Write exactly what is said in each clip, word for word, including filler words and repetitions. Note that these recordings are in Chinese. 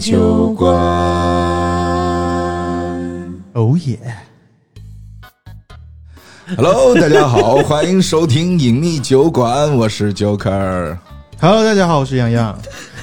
酒馆。 哦耶 ！Hello， 大家好，欢迎收听隐秘酒馆，我是 Joker。Hello， 大家好，我是洋洋。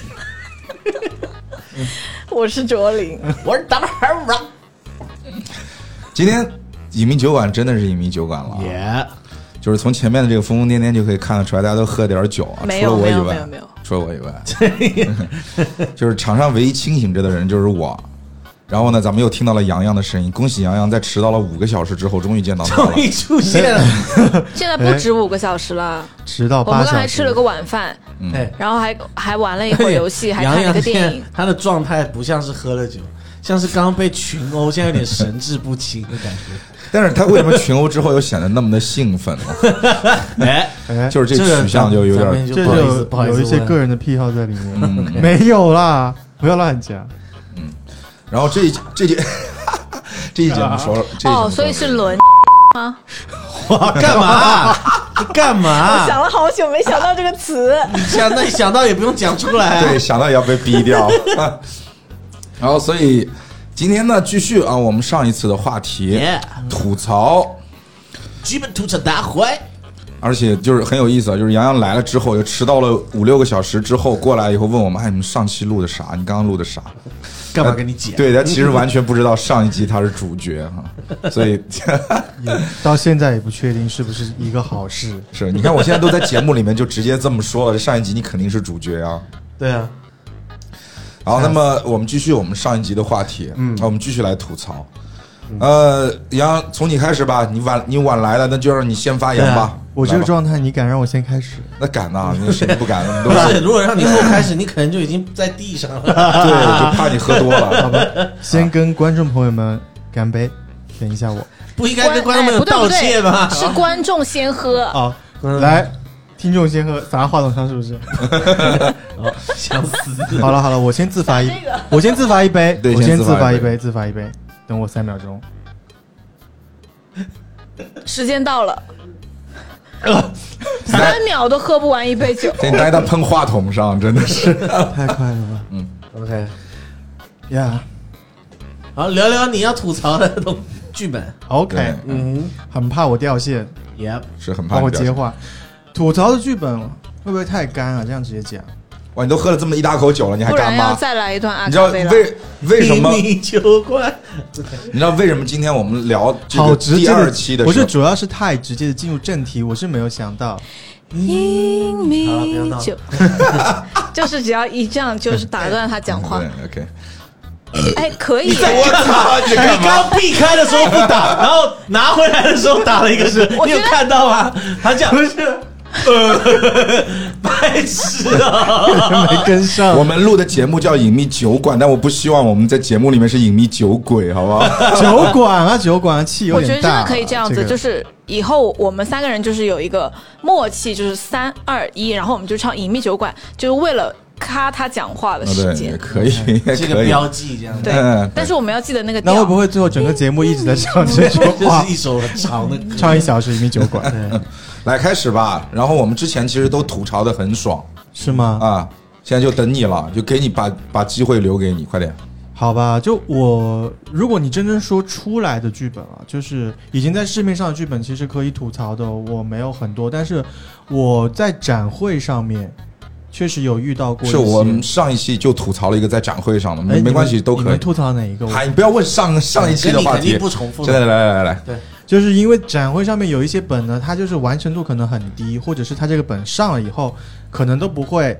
我是卓林， 我是大白儿。 今天隐秘酒馆真的是隐秘酒馆了， 耶、 yeah ！就是从前面的这个疯疯癫癫就可以看得出来，大家都喝点酒啊， 没有除了我以外， 没有没有， 除了我以外，就是场上唯一清醒着的人就是我。然后呢，咱们又听到了洋洋的声音，恭喜洋洋在迟到了五个小时之后，终于见到他了， 终于出现了。 现在不止五个小时了， 迟到八小时。 我们刚才吃了个晚饭，嗯，然后还还玩了一会儿游戏，还看了个电影。 他的状态不像是喝了酒，像是刚被群殴，现在有点神志不清的感觉。 但是他为什么群殴之后又显得那么的兴奋呢？哎，就是这取向就有点， 这就有一些个人的癖好在里面。嗯、没有啦，不要乱讲。 嗯，然后这一这节这一节目说哦，所以是轮吗？ 哇，干嘛？你干嘛？ 我想了好久，没想到这个词。 你想那你想到也不用讲出来、啊。 对，想到也要被逼掉。然后，所以今天呢，继续啊，我们上一次的话题， yeah. 吐槽， 基本吐槽大会。 而且就是很有意思啊，就是洋洋来了之后，又迟到了五六个小时之后过来以后问我们，哎，你们上期录的啥？你刚刚录的啥？ 干嘛跟你讲？ 对，他其实完全不知道上一集他是主角哈，所以到现在也不确定是不是一个好事。 是，你看我现在都在节目里面就直接这么说了，上一集你肯定是主角啊。 对啊。 好，那么我们继续我们上一集的话题，嗯，我们继续来吐槽。呃，杨，从你开始吧，你晚你晚来了，那就让你先发言吧。 啊、我这个状态，你敢让我先开始？ 那敢呐，你谁不敢？ 不是，如果让你后开始，你可能就已经在地上了。 对，就怕你喝多了。 好吧，先跟观众朋友们干杯。等一下我， 不应该跟观众朋友道歉吗？ 是观众先喝。 好，来，听众先喝，砸话筒上是不是？ 哦，想死！ 好了好了，我先自罚一，我先自罚一杯， 对， 我先自罚一杯，自罚一杯。等我三秒钟， 时间到了，呃、三秒都喝不完一杯酒。 你待他喷话筒上，真的是太快了吧？ 嗯 ，OK， 呀、 yeah ，好，聊聊你要吐槽的东剧本。 OK， 嗯，很怕我掉线 ，Yep， 是很怕帮我接话。吐槽的剧本会不会太干啊？这样直接讲。 哇，你都喝了这么一大口酒了，你还干吗？ 要再来一段阿你知道为为什么？ 酒馆， 你知道为什么今天我们聊这个第二期的时候， 不是主要是太直接的进入正题，我是没有想到。 隐秘酒，就是只要一这样，就是打断他讲话。 对 ，OK。 哎，可以。 我操！ 你刚避开的时候不打，然后拿回来的时候打了一个字，你有看到吗？他讲不是。呃，白痴啊， 没跟上。 我们录的节目叫隐秘酒馆，但我不希望我们在节目里面是隐秘酒鬼，好不好？ 酒馆啊，酒馆气有点大。 我觉得真的可以这样子， 这个、 就是以后我们三个人就是有一个默契，就是三二一，然后我们就唱隐秘酒馆，就是为了咔他讲话的时间， 也可以， 这个标记这样。 对，但是我们要记得那个调。 那会不会最后整个节目一直在唱这句话？ 就是一首很长的歌， 唱一小时隐秘酒馆。 来开始吧，然后我们之前其实都吐槽的很爽， 是吗？ 啊，现在就等你了，就给你把把机会留给你，快点。 好吧，就我，如果你真正说出来的剧本啊，就是已经在市面上的剧本，其实可以吐槽的，我没有很多，但是我在展会上面确实有遇到过一些。 是我们上一期就吐槽了一个在展会上的，没没关系，都可以。 你们吐槽哪一个？ 哎，你不要问上上一期的话题， 不重复。 来来来来来， 对。 就是因为展会上面有一些本呢，它就是完成度可能很低，或者是它这个本上了以后，可能都不会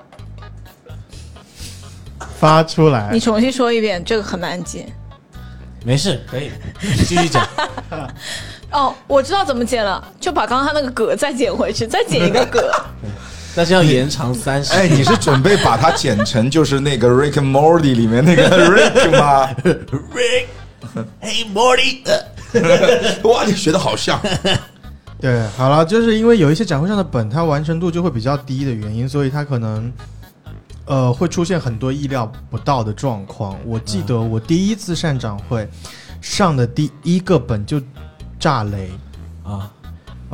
发出来。 你重新说一遍，这个很难接。 没事，可以继续讲。 哦，我知道怎么剪了，就把刚刚他那个格再剪回去，再剪一个格。 但是要延长三十。 哎，你是准备把它剪成就是那个 Rick and Morty 里面那个 Rick 吗 ？Rick，Hey Morty。 哇，你学的好像。 对，好了，就是因为有一些展会上的本，它完成度就会比较低的原因，所以它可能呃会出现很多意料不到的状况。我记得我第一次上展会上的第一个本就炸雷啊 ，OK，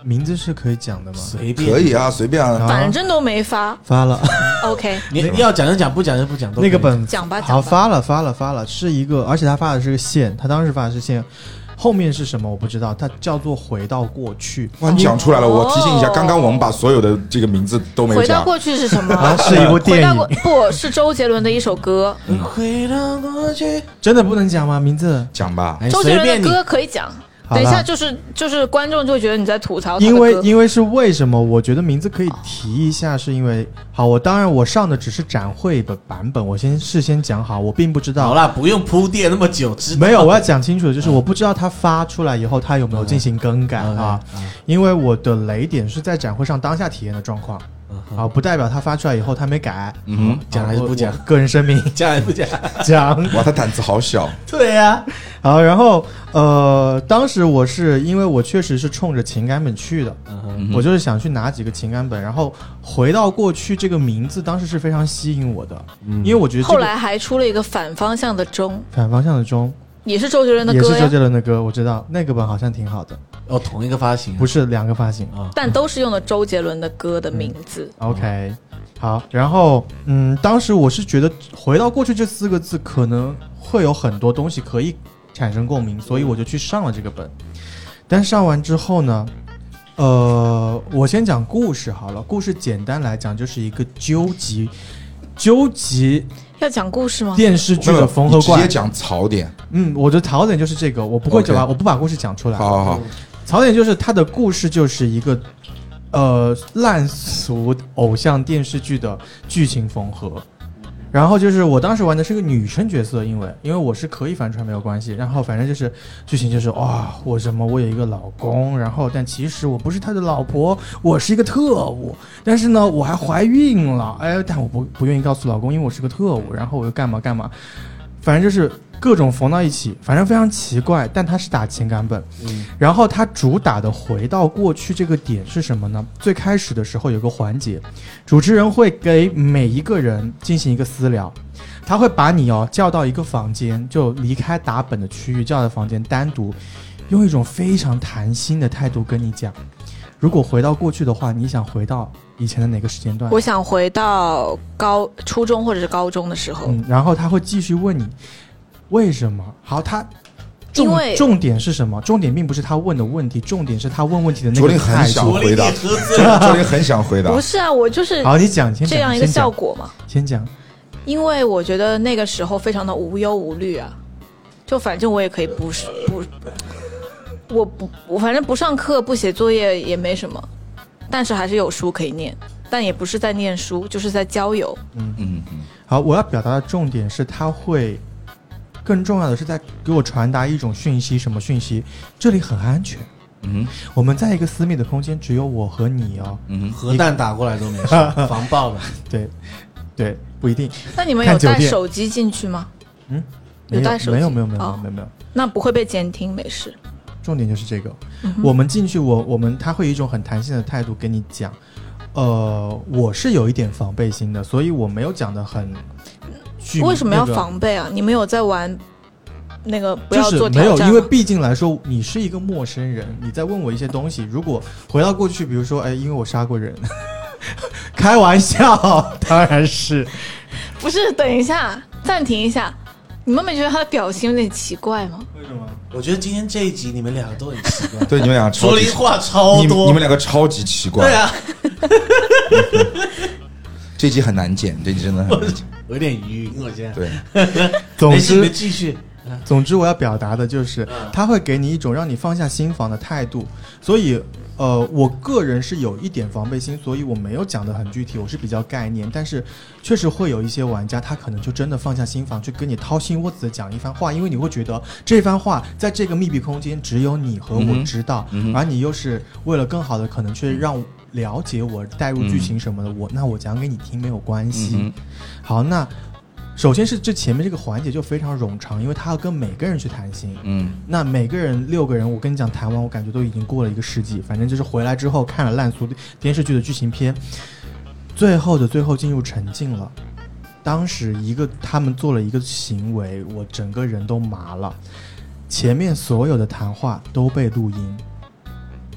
名字是可以讲的吗？ 随便可以啊，随便啊。 反正都没发。 发了。 OK， 你要讲就讲，不讲就不讲。 那个本讲吧， 好发了，发了，发了，是一个，而且他发的是个线，他当时发的是线。后面是什么我不知道，它叫做回到过去。 哇，你讲出来了，我提醒一下，刚刚我们把所有的这个名字都没讲。 回到过去是什么？ 啊、是一部电影， 不是周杰伦的一首歌。 嗯、回到过去，真的不能讲吗？名字讲吧， 周杰伦的歌可以讲。等一下，就是就是观众就会觉得你在吐槽他的歌。 因为因为是为什么？我觉得名字可以提一下，是因为好，我当然我上的只是展会的版本，我先事先讲好，我并不知道。 好啦，不用铺垫那么久，知道没有，我要讲清楚的就是，我不知道他发出来以后他有没有进行更改、嗯、啊、嗯？因为我的雷点是在展会上当下体验的状况。啊，不代表他发出来以后他没改。 嗯哼， 讲还是不讲？ 个人声明， 讲还是不讲？ 讲。 哇，他胆子好小。 对呀、啊。 好，然后呃，当时我是因为我确实是冲着情感本去的，嗯、我就是想去拿几个情感本，然后回到过去这个名字当时是非常吸引我的，嗯、因为我觉得、这个、 后来还出了一个反方向的钟， 反方向的钟。 也是周杰伦的歌呀， 也是周杰伦的歌，我知道那个本好像挺好的。 哦，同一个发行、啊？ 不是，两个发行啊， 但都是用的周杰伦的歌的名字。 嗯、OK， 好，然后嗯，当时我是觉得回到过去这四个字可能会有很多东西可以产生共鸣，所以我就去上了这个本。但上完之后呢，呃，我先讲故事好了。故事简单来讲就是一个究极究极。 要讲故事吗？ 电视剧的缝合怪， 直接讲槽点。 嗯，我的槽点就是这个，我不会讲， okay. 我不把故事讲出来。 好好好， 槽点就是他的故事就是一个呃烂俗偶像电视剧的剧情缝合。然后就是我当时玩的是个女生角色，因为因为我是可以反串没有关系。然后反正就是剧情就是哇，我什么我有一个老公，然后但其实我不是他的老婆，我是一个特务。但是呢，我还怀孕了，哎，但我不不愿意告诉老公，因为我是个特务。然后我又干嘛干嘛，反正就是各种缝到一起，反正非常奇怪。但他是打情感本，嗯，然后他主打的回到过去这个点是什么呢？最开始的时候有个环节，主持人会给每一个人进行一个私聊，他会把你哦叫到一个房间，就离开打本的区域，叫到房间单独，用一种非常谈心的态度跟你讲，如果回到过去的话，你想回到以前的哪个时间段？ 我想回到高初中或者是高中的时候。 嗯，然后他会继续问你为什么。好，他重重点是什么？重点并不是他问的问题，重点是他问问题的那个态度。 卓林很想回答，卓林很想回答。 不是啊，我就是好，你讲，先讲这样一个效果嘛。 先讲， 因为我觉得那个时候非常的无忧无虑啊，就反正我也可以不是不。我不，我反正不上课不写作业也没什么，但是还是有书可以念，但也不是在念书，就是在郊游。 嗯嗯嗯。好，我要表达的重点是，他会更重要的是在给我传达一种讯息，什么讯息？这里很安全。嗯，我们在一个私密的空间，只有我和你哦。 嗯，核弹打过来都没事，防爆的。 对，对，不一定。 那你们有带手机进去吗？ 嗯， 有带手机？ 没有，没有，没有，没有，没有，没有。 那不会被监听，没事。 重点就是这个，嗯、我们进去，我我们他会以一种很弹性的态度跟你讲，呃，我是有一点防备心的，所以我没有讲的很。 为什么要防备啊？你没有在玩那个不要做挑战吗？ 就是没有，因为毕竟来说，你是一个陌生人，你在问我一些东西。如果回到过去，比如说，哎，因为我杀过人，开玩笑，当然是。 不是，等一下，暂停一下。你们没觉得他的表情有点奇怪吗？ 为什么？ 我觉得今天这一集你们两个都很奇怪。 对，你们两个说灵话超多， 你，你们两个超级奇怪。 对啊， 这集很难剪，这集真的很难剪。 我有点晕，我现在。 对， 总之继续。 总之，我要表达的就是，他会给你一种让你放下心防的态度。所以，呃，我个人是有一点防备心，所以我没有讲得很具体，我是比较概念。但是，确实会有一些玩家，他可能就真的放下心防，去跟你掏心窝子的讲一番话，因为你会觉得这番话在这个密闭空间只有你和我知道，嗯、而你又是为了更好的可能去让了解我、带入剧情什么的，嗯、我那我讲给你听没有关系。嗯、好，那。首先是这前面这个环节就非常冗长，因为他要跟每个人去谈心。嗯，那每个人六个人，我跟你讲，谈完我感觉都已经过了一个世纪。反正就是回来之后看了烂俗电视剧的剧情片，最后的最后进入沉浸了。当时一个他们做了一个行为，我整个人都麻了。前面所有的谈话都被录音。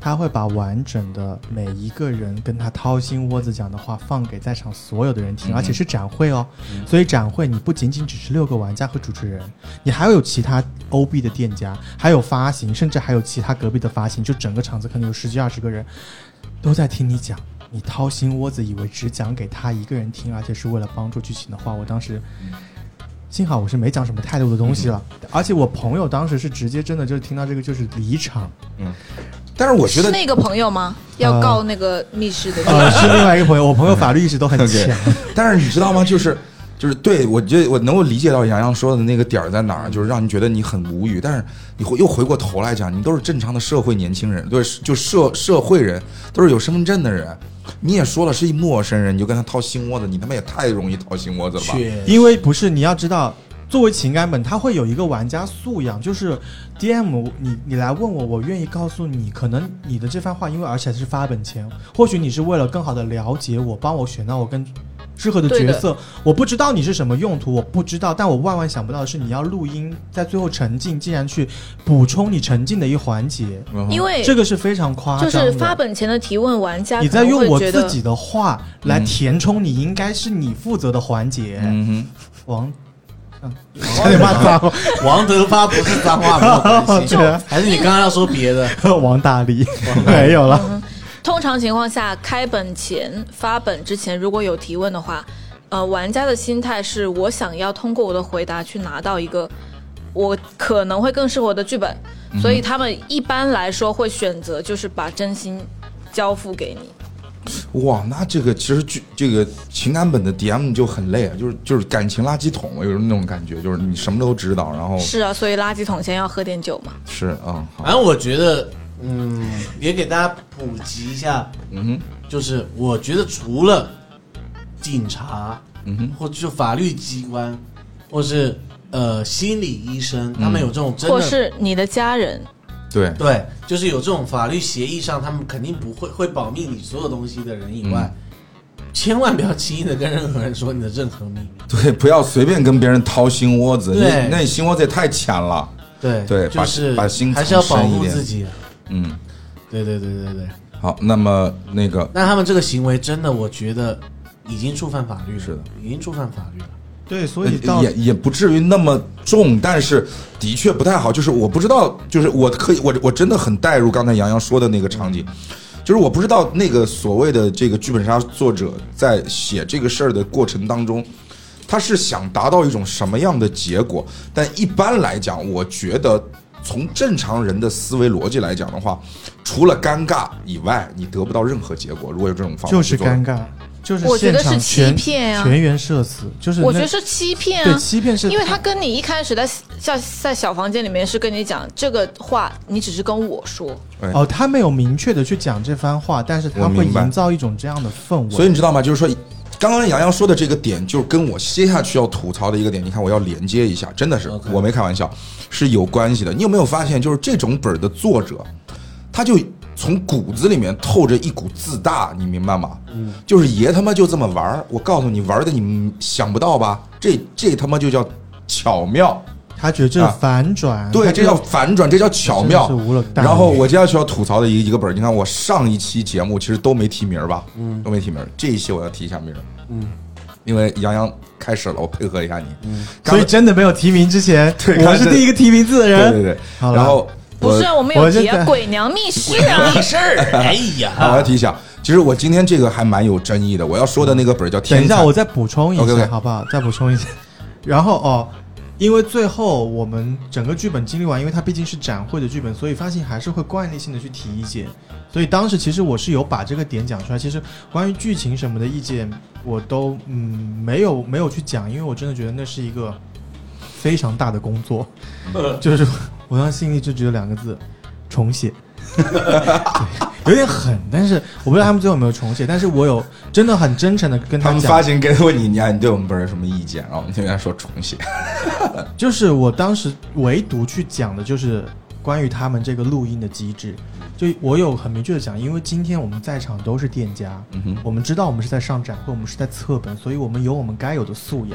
他会把完整的每一个人跟他掏心窝子讲的话放给在场所有的人听，而且是展会哦，所以展会你不仅仅只是六个玩家和主持人，你还有其他 O B 的店家，还有发行，甚至还有其他隔壁的发行，就整个场子可能有十几二十个人都在听你讲。你掏心窝子以为只讲给他一个人听，而且是为了帮助剧情的话，我当时幸好我是没讲什么太多的东西了、嗯、而且我朋友当时是直接真的就是听到这个就是离场。 嗯，但是我觉得是那个朋友吗？要告那个密室的、 呃呃、是另外一个朋友，我朋友法律意识都很强、okay. 但是你知道吗，就是就是对我觉得我能够理解到杨洋说的那个点在哪儿，就是让你觉得你很无语，但是你又回过头来讲，你都是正常的社会年轻人，对，就社社会人，都是有身份证的人。你也说了是一陌生人，你就跟他掏心窝子，你他妈也太容易掏心窝子了吧？ 因为不是，你要知道，作为情感本，它会有一个玩家素养，就是 D M 你你来问我，我愿意告诉你，可能你的这番话，因为而且是发本前，或许你是为了更好的了解我，帮我选到我跟适合的角色，我不知道你是什么用途，我不知道，但我万万想不到的是你要录音，在最后沉浸，竟然去补充你沉浸的一环节， 因为这个是非常夸张的。 就是发本前的提问，玩家你在用我自己的话来填充你应该是你负责的环节。嗯哼，王。 差点骂脏话，王德发不是脏话，没有关系，还是你刚刚要说别的？ 王大力没有了。 嗯，通常情况下，开本前、发本之前，如果有提问的话，呃，玩家的心态是我想要通过我的回答去拿到一个我可能会更适合我的剧本，嗯、所以他们一般来说会选择就是把真心交付给你。 哇，那这个其实剧这个情感本的 D M 就很累啊，就是就是感情垃圾桶，有那种感觉，就是你什么都知道，然后是啊，所以垃圾桶先要喝点酒嘛。 是啊， 反正我觉得，嗯，也给大家普及一下，嗯哼，就是我觉得除了警察，嗯哼，或者就法律机关，或是呃心理医生，他们有这种真的， 或是你的家人。 对对，就是有这种法律协议上，他们肯定不会会保密你所有东西的人以外，嗯、千万不要轻易的跟任何人说你的任何秘密。 对，不要随便跟别人掏心窝子，那那你心窝子也太浅了。 对对， 就是把把心还是要保护自己。 嗯， 对对对对对。 好，那么那个， 那他们这个行为真的，我觉得已经触犯法律了。 是的， 已经触犯法律了。 对，所以也也不至于那么重，但是的确不太好。就是我不知道，就是我可以，我我真的很带入刚才杨洋说的那个场景，就是我不知道那个所谓的这个剧本杀作者在写这个事儿的过程当中，他是想达到一种什么样的结果。但一般来讲，我觉得从正常人的思维逻辑来讲的话，除了尴尬以外，你得不到任何结果。如果有这种方法， 就是尴尬。就是现场欺骗啊， 全员社死，就是我觉得是欺骗啊， 对，欺骗是， 因为他跟你一开始在在在小房间里面是跟你讲这个话，你只是跟我说， 哦，他没有明确的去讲这番话，但是他会营造一种这样的氛围。 所以你知道吗？就是说，刚刚杨洋说的这个点，就是跟我接下去要吐槽的一个点，你看我要连接一下，真的是、okay. 我没开玩笑，是有关系的。你有没有发现，就是这种本的作者，他就从骨子里面透着一股自大，你明白吗？嗯，就是爷他妈就这么玩，我告诉你，玩的你想不到吧？这这他妈就叫巧妙。 他觉得这是反转、啊， 对，这叫反转，这叫巧妙。然后我接下去要吐槽的一个一个本，你看我上一期节目其实都没提名吧？嗯，都没提名。这一期我要提一下名。嗯，因为杨洋开始了，我配合一下你。嗯， 所以真的没有提名之前，我是第一个提名字的人。 对对对，然后。 不是啊，我们有提啊，鬼娘密室啊， 密室。哎呀， 我要提一下，其实我今天这个还蛮有争议的。我要说的那个本叫《天才》， 等一下我再补充一下， okay, okay. 好不好？再补充一下。然后哦，因为最后我们整个剧本经历完，因为它毕竟是展会的剧本，所以发现还是会惯例性的去提意见。所以当时其实我是有把这个点讲出来。其实关于剧情什么的意见，我都嗯没有没有去讲，因为我真的觉得那是一个非常大的工作，就是我当时心里就只有两个字：重写。有点狠，但是我不知道他们最后有没有重写，但是我有真的很真诚的跟他们讲， 他们发行跟问你，你你对我们本人有什么意见？然后我们就跟他说重写。 就是我当时唯独去讲的就是关于他们这个录音的机制，就我有很明确的讲，因为今天我们在场都是店家，嗯哼，我们知道我们是在上展会，我们是在测本，所以我们有我们该有的素养。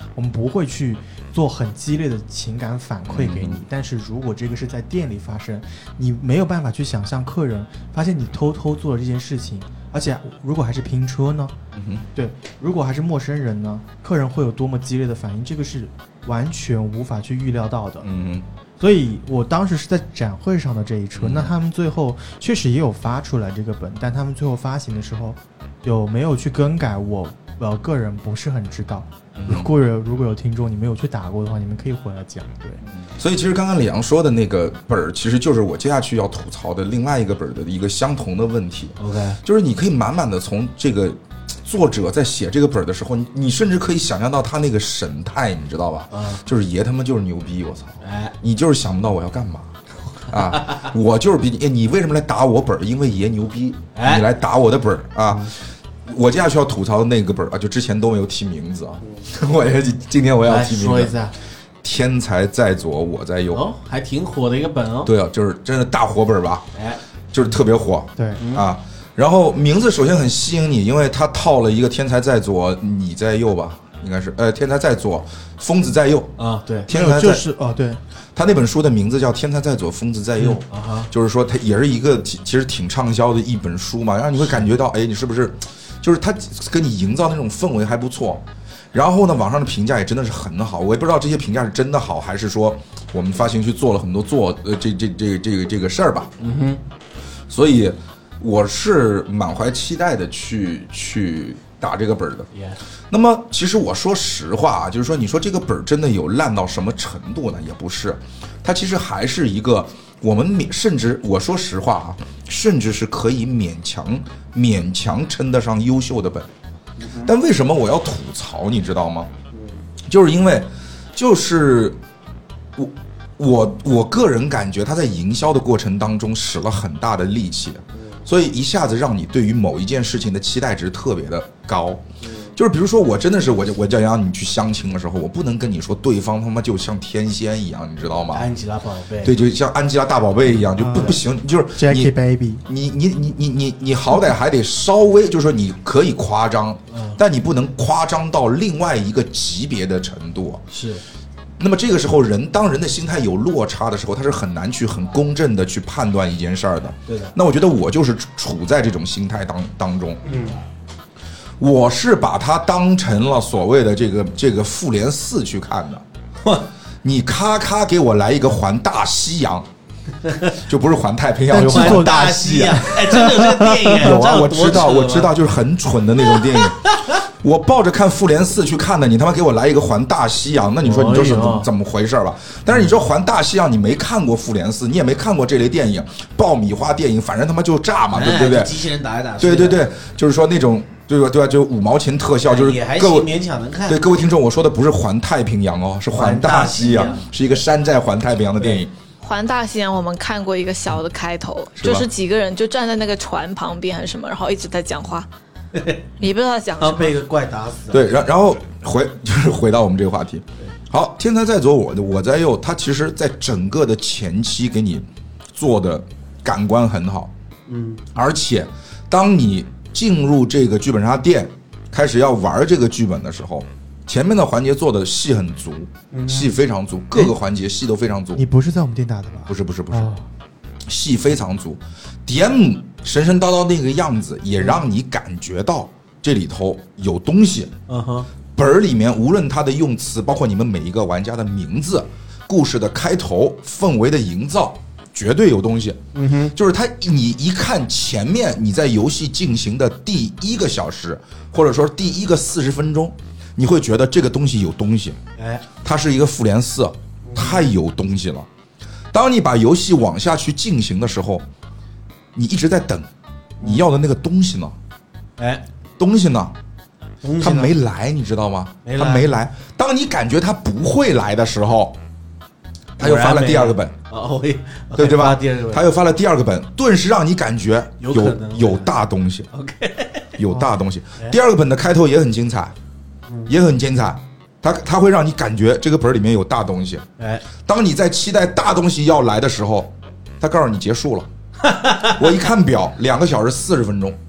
我们不会去做很激烈的情感反馈给你。嗯、但是如果这个是在店里发生，你没有办法去想象客人发现你偷偷做了这件事情，而且如果还是拼车呢？嗯哼，对，如果还是陌生人呢，客人会有多么激烈的反应？这个是完全无法去预料到的。嗯哼。所以我当时是在展会上的这一车、嗯、那他们最后确实也有发出来这个本，但他们最后发行的时候有没有去更改，我呃个人不是很知道。如果有如果有听众你没有去打过的话，你们可以回来讲。对， 所以其实刚刚李阳说的那个本儿，其实就是我接下去要吐槽的另外一个本的一个相同的问题。 OK， 就是你可以满满的从这个作者在写这个本的时候，你你甚至可以想象到他那个神态，你知道吧？嗯，就是爷他妈就是牛逼，我操！哎，你就是想不到我要干嘛啊！我就是比你，你为什么来打我本？因为爷牛逼，哎、你来打我的本啊！嗯、我接下去要吐槽的那个本啊，就之前都没有提名字啊，嗯、我也今天我要提名字。 说一下， 天才在左，我在右。 哦，还挺火的一个本哦。 对啊，就是真的大火本吧？哎，就是特别火。 对、 嗯、啊。然后名字首先很吸引你，因为他套了一个天才在左，你在右吧，应该是，呃，天才在左，疯子在右啊，对， 天才在就是哦，对， 他那本书的名字叫《天才在左，疯子在右》，嗯、就是说它也是一个其实挺畅销的一本书嘛，让你会感觉到，哎，你是不是，就是他给你营造那种氛围还不错。然后呢，网上的评价也真的是很好，我也不知道这些评价是真的好，还是说我们发行区做了很多做呃这这这这个这个事儿吧。嗯哼，所以。我是满怀期待的去去打这个本的。Yeah. 那么其实我说实话啊，就是说你说这个本真的有烂到什么程度呢？也不是，它其实还是一个我们勉甚至我说实话啊，甚至是可以勉强勉强称得上优秀的本。但为什么我要吐槽？你知道吗？就是因为就是我我我个人感觉他在营销的过程当中使了很大的力气。所以一下子让你对于某一件事情的期待值特别的高，就是比如说我真的是我我叫让你去相亲的时候，我不能跟你说对方他妈就像天仙一样，你知道吗？ 安吉拉宝贝， 对，就像安吉拉大宝贝一样，就不不行，就是 Jackie Baby， 你你你你你你好歹还得稍微，就是说你可以夸张，但你不能夸张到另外一个级别的程度。 是。 那么这个时候人当人的心态有落差的时候，他是很难去很公正的去判断一件事儿的。 对的。 那我觉得我就是处在这种心态当当中。嗯。我是把它当成了所谓的这个这个复联四去看的。你咔咔给我来一个环大西洋，就不是环太平洋，就环大西洋。 哎，真的有这个电影？ 有啊，我知道，我知道，就是很蠢的那种电影。我抱着看复联四去看的，你他妈给我来一个环大西洋，那你说你这是怎么怎么回事吧？但是你说环大西洋，你没看过复联四，你也没看过这类电影，爆米花电影，反正他妈就炸嘛，对不对？ 机器人打来打去。 对对对，就是说那种对吧对吧？就五毛钱特效，就是各位勉强能看。 对各位听众，我说的不是环太平洋哦，是环大西洋，是一个山寨环太平洋的电影。 环大西洋我们看过一个小的开头，就是几个人就站在那个船旁边还是什么，然后一直在讲话。你不知道讲什么， 被一个怪打死。 对，然然后回就是回到我们这个话题。好，天才在左，我我在右，他其实在整个的前期给你做的感官很好，嗯，而且当你进入这个剧本杀店，开始要玩这个剧本的时候，前面的环节做的戏很足，戏非常足，各个环节戏都非常足。 你不是在我们店打的吧？ 不是不是不是，戏非常足。D M 神神叨叨那个样子，也让你感觉到这里头有东西。嗯哼，本里面无论它的用词，包括你们每一个玩家的名字、故事的开头、氛围的营造，绝对有东西。嗯哼，就是它，你一看前面你在游戏进行的第一个小时，或者说第一个四十分钟，你会觉得这个东西有东西。哎，它是一个复联四，太有东西了。当你把游戏往下去进行的时候，你一直在等你要的那个东西呢？哎，东西呢？他没来，你知道吗？他没来。当你感觉他不会来的时候，他又发了第二个本。 哦， 对对吧？他又发了第二个本，顿时让你感觉有有大东西。 OK， 有大东西。第二个本的开头也很精彩，也很精彩。他他会让你感觉这个本里面有大东西。哎，当你在期待大东西要来的时候，他告诉你结束了。我一看表，两个小时四十分钟，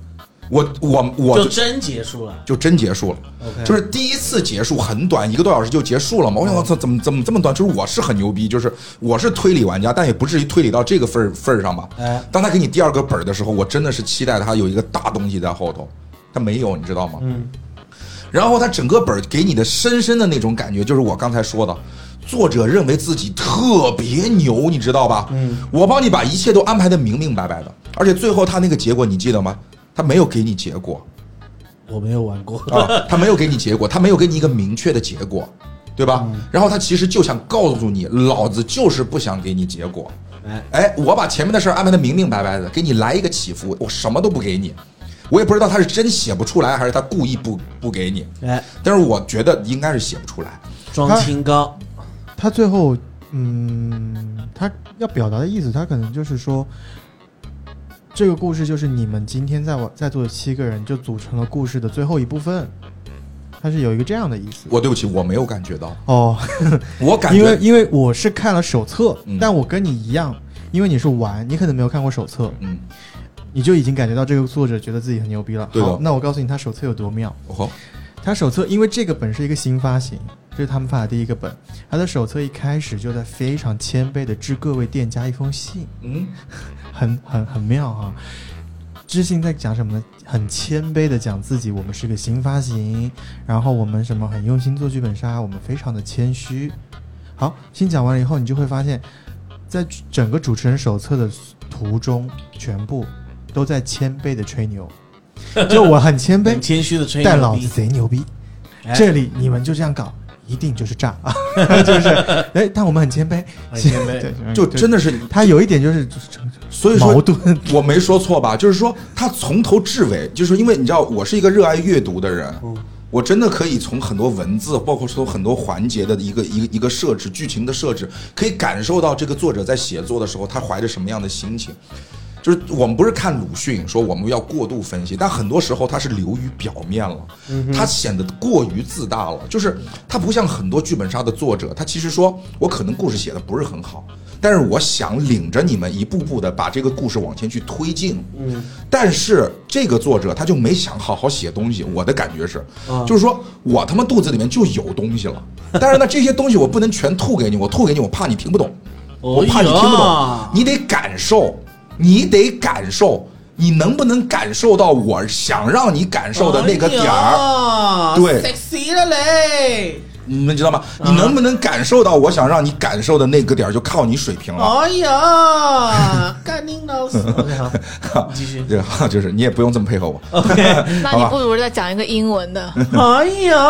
我我我就真结束了， 就真结束了。 OK， 就是第一次结束很短，一个多小时就结束了嘛。我想我操，怎么怎么这么短？就是我是很牛逼，就是我是推理玩家，但也不至于推理到这个份儿份儿上吧。 哎， 当他给你第二个本的时候，我真的是期待他有一个大东西在后头，他没有，你知道吗？ 嗯。 然后他整个本给你的深深的那种感觉，就是我刚才说的。作者认为自己特别牛，你知道吧？嗯，我帮你把一切都安排的明明白白的，而且最后他那个结果你记得吗？他没有给你结果， 我没有玩过啊，他没有给你结果，他没有给你一个明确的结果，对吧？嗯、然后他其实就想告诉你，老子就是不想给你结果。哎哎，我把前面的事安排的明明白白的，给你来一个起伏，我什么都不给你。我也不知道他是真写不出来，还是他故意不不给你。哎，但是我觉得应该是写不出来， 装清高。 他最后，嗯，他要表达的意思，他可能就是说，这个故事就是你们今天在我在座的七个人就组成了故事的最后一部分，他是有一个这样的意思。 我对不起，我没有感觉到哦， 我感觉因为因为我是看了手册，嗯、但我跟你一样，因为你是玩，你可能没有看过手册，嗯，你就已经感觉到这个作者觉得自己很牛逼了。 对好，那我告诉你，他手册有多妙。 哦， 他手册因为这个本是一个新发行。这是他们发的第一个本，他的手册一开始就在非常谦卑的致各位店家一封信，嗯，很很很妙啊。知信在讲什么呢？很谦卑的讲自己，我们是个新发行，然后我们什么很用心做剧本杀，我们非常的谦虚。好，信讲完了以后，你就会发现，在整个主持人手册的途中，全部都在谦卑的吹牛，就我很谦卑， 很谦虚的吹牛， 但老子贼牛逼。哎、这里你们就这样搞。一定就是炸啊！就是哎，但我们很谦卑， 很谦卑， 对，就真的是他有一点就是， 所以说矛盾， 我没说错吧？就是说他从头至尾，就是因为你知道，我是一个热爱阅读的人，嗯、我真的可以从很多文字，包括说很多环节的一个一个一个设置、剧情的设置，可以感受到这个作者在写作的时候，他怀着什么样的心情。就是我们不是看鲁迅说我们要过度分析，但很多时候他是流于表面了，他显得过于自大了。就是他不像很多剧本杀的作者，他其实说我可能故事写的不是很好，但是我想领着你们一步步的把这个故事往前去推进。嗯，但是这个作者他就没想好好写东西，我的感觉是，就是说我他妈肚子里面就有东西了，但是呢这些东西我不能全吐给你，我吐给你我怕你听不懂，我怕你听不懂，你得感受。你得感受，你能不能感受到我想让你感受的那个点儿？对 ，sexy 了嘞， 你们知道吗？你能不能感受到我想让你感受的那个点儿，就靠你水平了。 哎呀，干你老师！继续， 对，就是你也不用这么配合我。 Okay, 那你不如再讲一个英文的。 哎呀，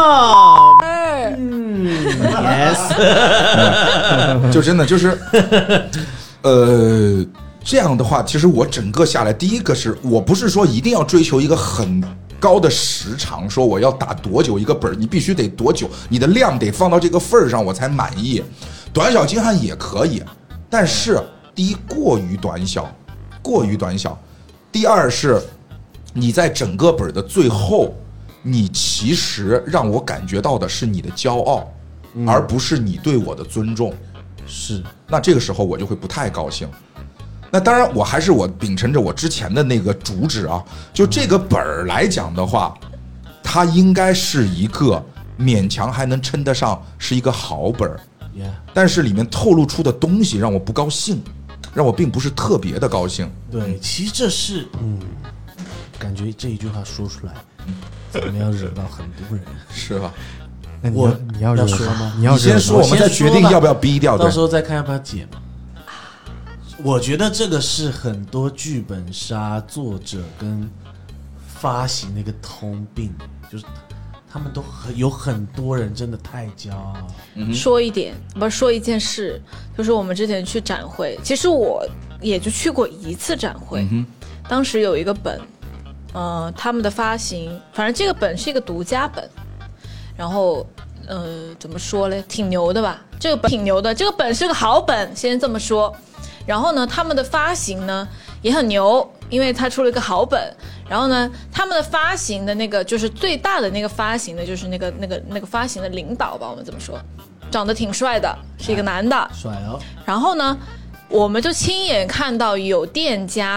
嗯 ，yes， 就真的就是，呃。这样的话，其实我整个下来，第一个是我不是说一定要追求一个很高的时长，说我要打多久一个本，你必须得多久，你的量得放到这个份儿上我才满意。短小精悍也可以，但是第一过于短小，过于短小；第二是你在整个本的最后，你其实让我感觉到的是你的骄傲，嗯、而不是你对我的尊重。 是， 那这个时候我就会不太高兴。那当然，我还是我秉承着我之前的那个主旨啊，就这个本儿来讲的话，它应该是一个勉强还能称得上是一个好本儿， yeah. 但是里面透露出的东西让我不高兴，让我并不是特别的高兴。 对，其实这是，嗯，感觉这一句话说出来，怎么要惹到很多人， 是吧？ 那你要你要要说吗？ 你要你先说，我们再决定要不要逼掉， 到时候再看要不要剪嘛。我觉得这个是很多剧本杀作者跟发行的一个通病，就是他们都很有很多人真的太骄傲。 嗯、说一点，不是说一件事，就是我们之前去展会，其实我也就去过一次展会，嗯、当时有一个本，呃，他们的发行，反正这个本是一个独家本，然后呃，怎么说嘞，挺牛的吧？这个本挺牛的，这个本是个好本，先这么说。然后呢，他们的发行呢也很牛，因为他出了一个好本。然后呢，他们的发行的那个就是最大的那个发行的，就是那个那个那个发行的领导吧，我们这么说，长得挺帅的，是一个男的， 帅哦。 然后呢，我们就亲眼看到有店家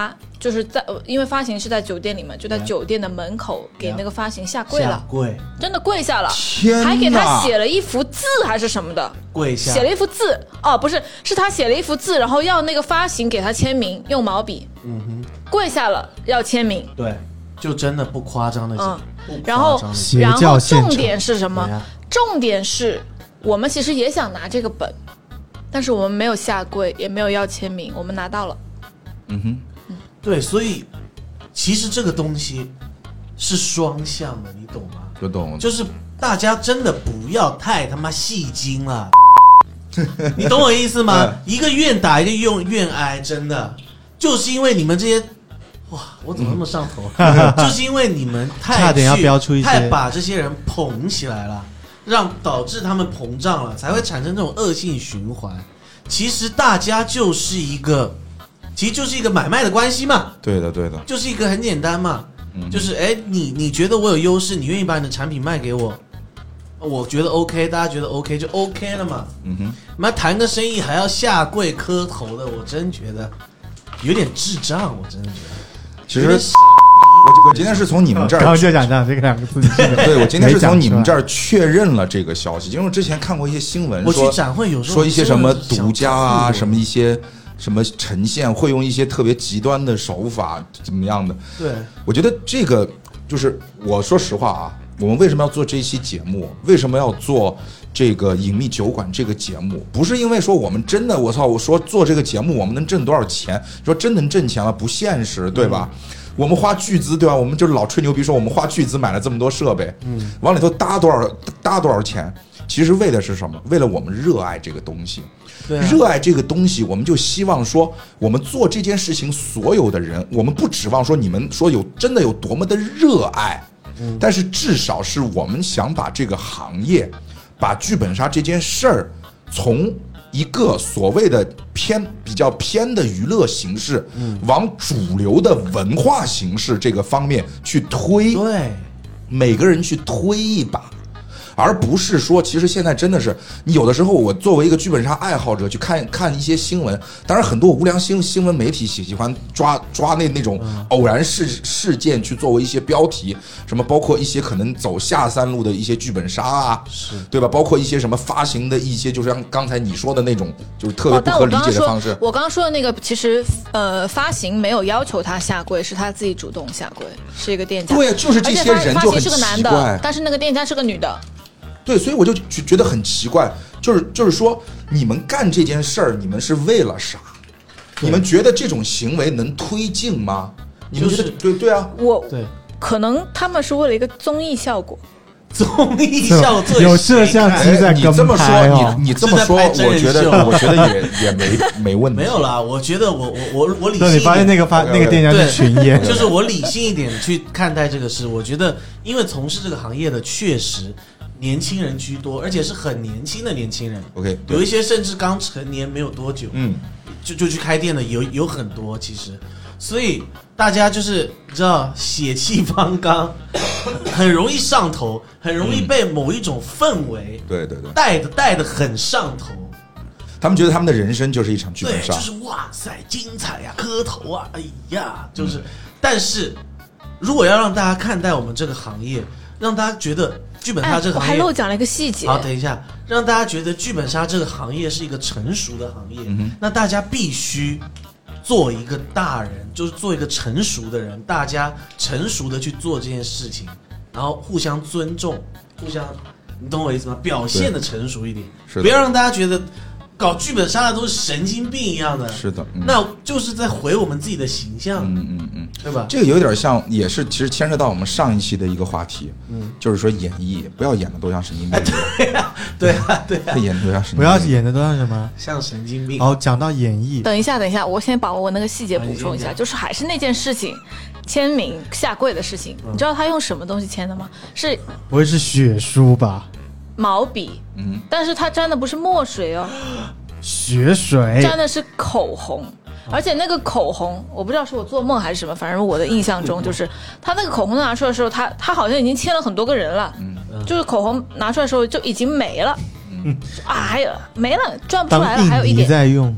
就是在因为发行是在酒店里面，就在酒店的门口给那个发行下跪了， 下跪， 真的跪下了， 天哪， 还给他写了一幅字还是什么的， 跪下写了一幅字哦，不是，是他写了一幅字，然后要那个发行给他签名，用毛笔，嗯哼，跪下了要签名， 对，就真的不夸张的讲， 嗯，然后然后重点是什么？重点是我们其实也想拿这个本，但是我们没有下跪，也没有要签名，我们拿到了。 嗯哼， 嗯， 对，所以其实这个东西是双向的，你懂吗？ 就懂， 就是大家真的不要太他妈戏精了，你懂我意思吗？一个愿打一个愿愿挨，真的就是因为你们这些。哇，我怎么那么上头？嗯、就是因为你们太差点要标出一些， 太把这些人捧起来了，让导致他们膨胀了，才会产生这种恶性循环。其实大家就是一个，其实就是一个买卖的关系嘛。 对的，对的， 就是一个很简单嘛，嗯、就是哎，你你觉得我有优势，你愿意把你的产品卖给我，我觉得 OK， 大家觉得 OK 就 OK 了嘛。嗯哼，妈谈个生意还要下跪磕头的，我真觉得有点智障，我真的觉得。 其实我我今天是从你们这儿， 刚刚就讲这样这个两个字， 对，我今天是从你们这儿确认了这个消息，因为我之前看过一些新闻， 我去展会有时候说一些什么独家啊，什么一些什么呈现会用一些特别极端的手法怎么样的。 对， 我觉得这个就是我说实话啊，我们为什么要做这一期节目？为什么要做这个隐秘酒馆这个节目？不是因为说我们真的，我操，我说做这个节目我们能挣多少钱？说真能挣钱了不现实，对吧？嗯，我们花巨资，对吧？我们就老吹牛逼说我们花巨资买了这么多设备，嗯，往里头搭多少搭多少钱？其实为的是什么？为了我们热爱这个东西。对啊，热爱这个东西，我们就希望说，我们做这件事情，所有的人，我们不指望说你们说有真的有多么的热爱，嗯，但是至少是我们想把这个行业，把剧本杀这件事儿，从一个所谓的偏比较偏的娱乐形式，嗯，往主流的文化形式这个方面去推， 对， 每个人去推一把。而不是说，其实现在真的是，你有的时候我作为一个剧本杀爱好者去看看一些新闻，当然很多无良新新闻媒体喜喜欢抓抓那那种偶然事事件去作为一些标题，什么包括一些可能走下三路的一些剧本杀啊，是对吧？包括一些什么发行的一些，就像刚才你说的那种，就是特别不可理解的方式。 哦、我刚刚说的那个，其实呃，发行没有要求他下跪，是他自己主动下跪，是一个店家。 对，就是这些人就很奇怪。 发行是个男的，但是那个店家是个女的。 对，所以我就觉得很奇怪，就是就是说，你们干这件事儿，你们是为了啥？你们觉得这种行为能推进吗？你们觉得、就是、对对啊， 我对，可能他们是为了一个综艺效果。 综艺效果有摄像机在跟拍、哦、 你这么说，你你这么说，我觉得我觉得也也没没问题。 没有啦，我觉得我我我我理性一点。 对，你发现那个发那个店家是群演， 就是我理性一点去看待这个事。我觉得，因为从事这个行业的确实。年轻人居多，而且是很年轻的年轻人。 OK， 有一些甚至刚成年没有多久， 嗯， 就就去开店的有有很多，其实，所以大家就是你知道血气方刚，很容易上头，很容易被某一种氛围， 嗯、对对对， 带的带的很上头。 他们觉得他们的人生就是一场剧本杀， 对，就是哇塞，精彩呀、啊，磕头啊，哎呀，就是。嗯、但是，如果要让大家看待我们这个行业，让大家觉得。剧本杀这个行业、 哎、我还漏讲了一个细节。 好，等一下，让大家觉得剧本杀这个行业是一个成熟的行业，嗯、那大家必须做一个大人，就是做一个成熟的人，大家成熟的去做这件事情，然后互相尊重，互相，你懂我意思吗？表现的成熟一点，不要让大家觉得搞剧本杀的都是神经病一样的。 是的，嗯、 那就是在毁我们自己的形象。 嗯嗯嗯， 对吧？ 这个有点像，也是其实牵涉到我们上一期的一个话题，嗯，就是说演绎不要演的都像神经病。 对呀，对呀，对呀， 演的都像神经病， 不要演的都像什么？ 像神经病。 好，讲到演绎， 等一下，等一下，我先把我那个细节补充一下，就是还是那件事情，签名下跪的事情，嗯、你知道他用什么东西签的吗？是不会是血书吧？ 毛笔，嗯，但是他沾的不是墨水哦。 血水沾的是口红，而且那个口红我不知道是我做梦还是什么，反正我的印象中就是他那个口红拿出来的时候，他他好像已经签了很多个人了，嗯，就是口红拿出来的时候就已经没了，嗯，啊，还有没了，转不出来了，还有一点在用吗？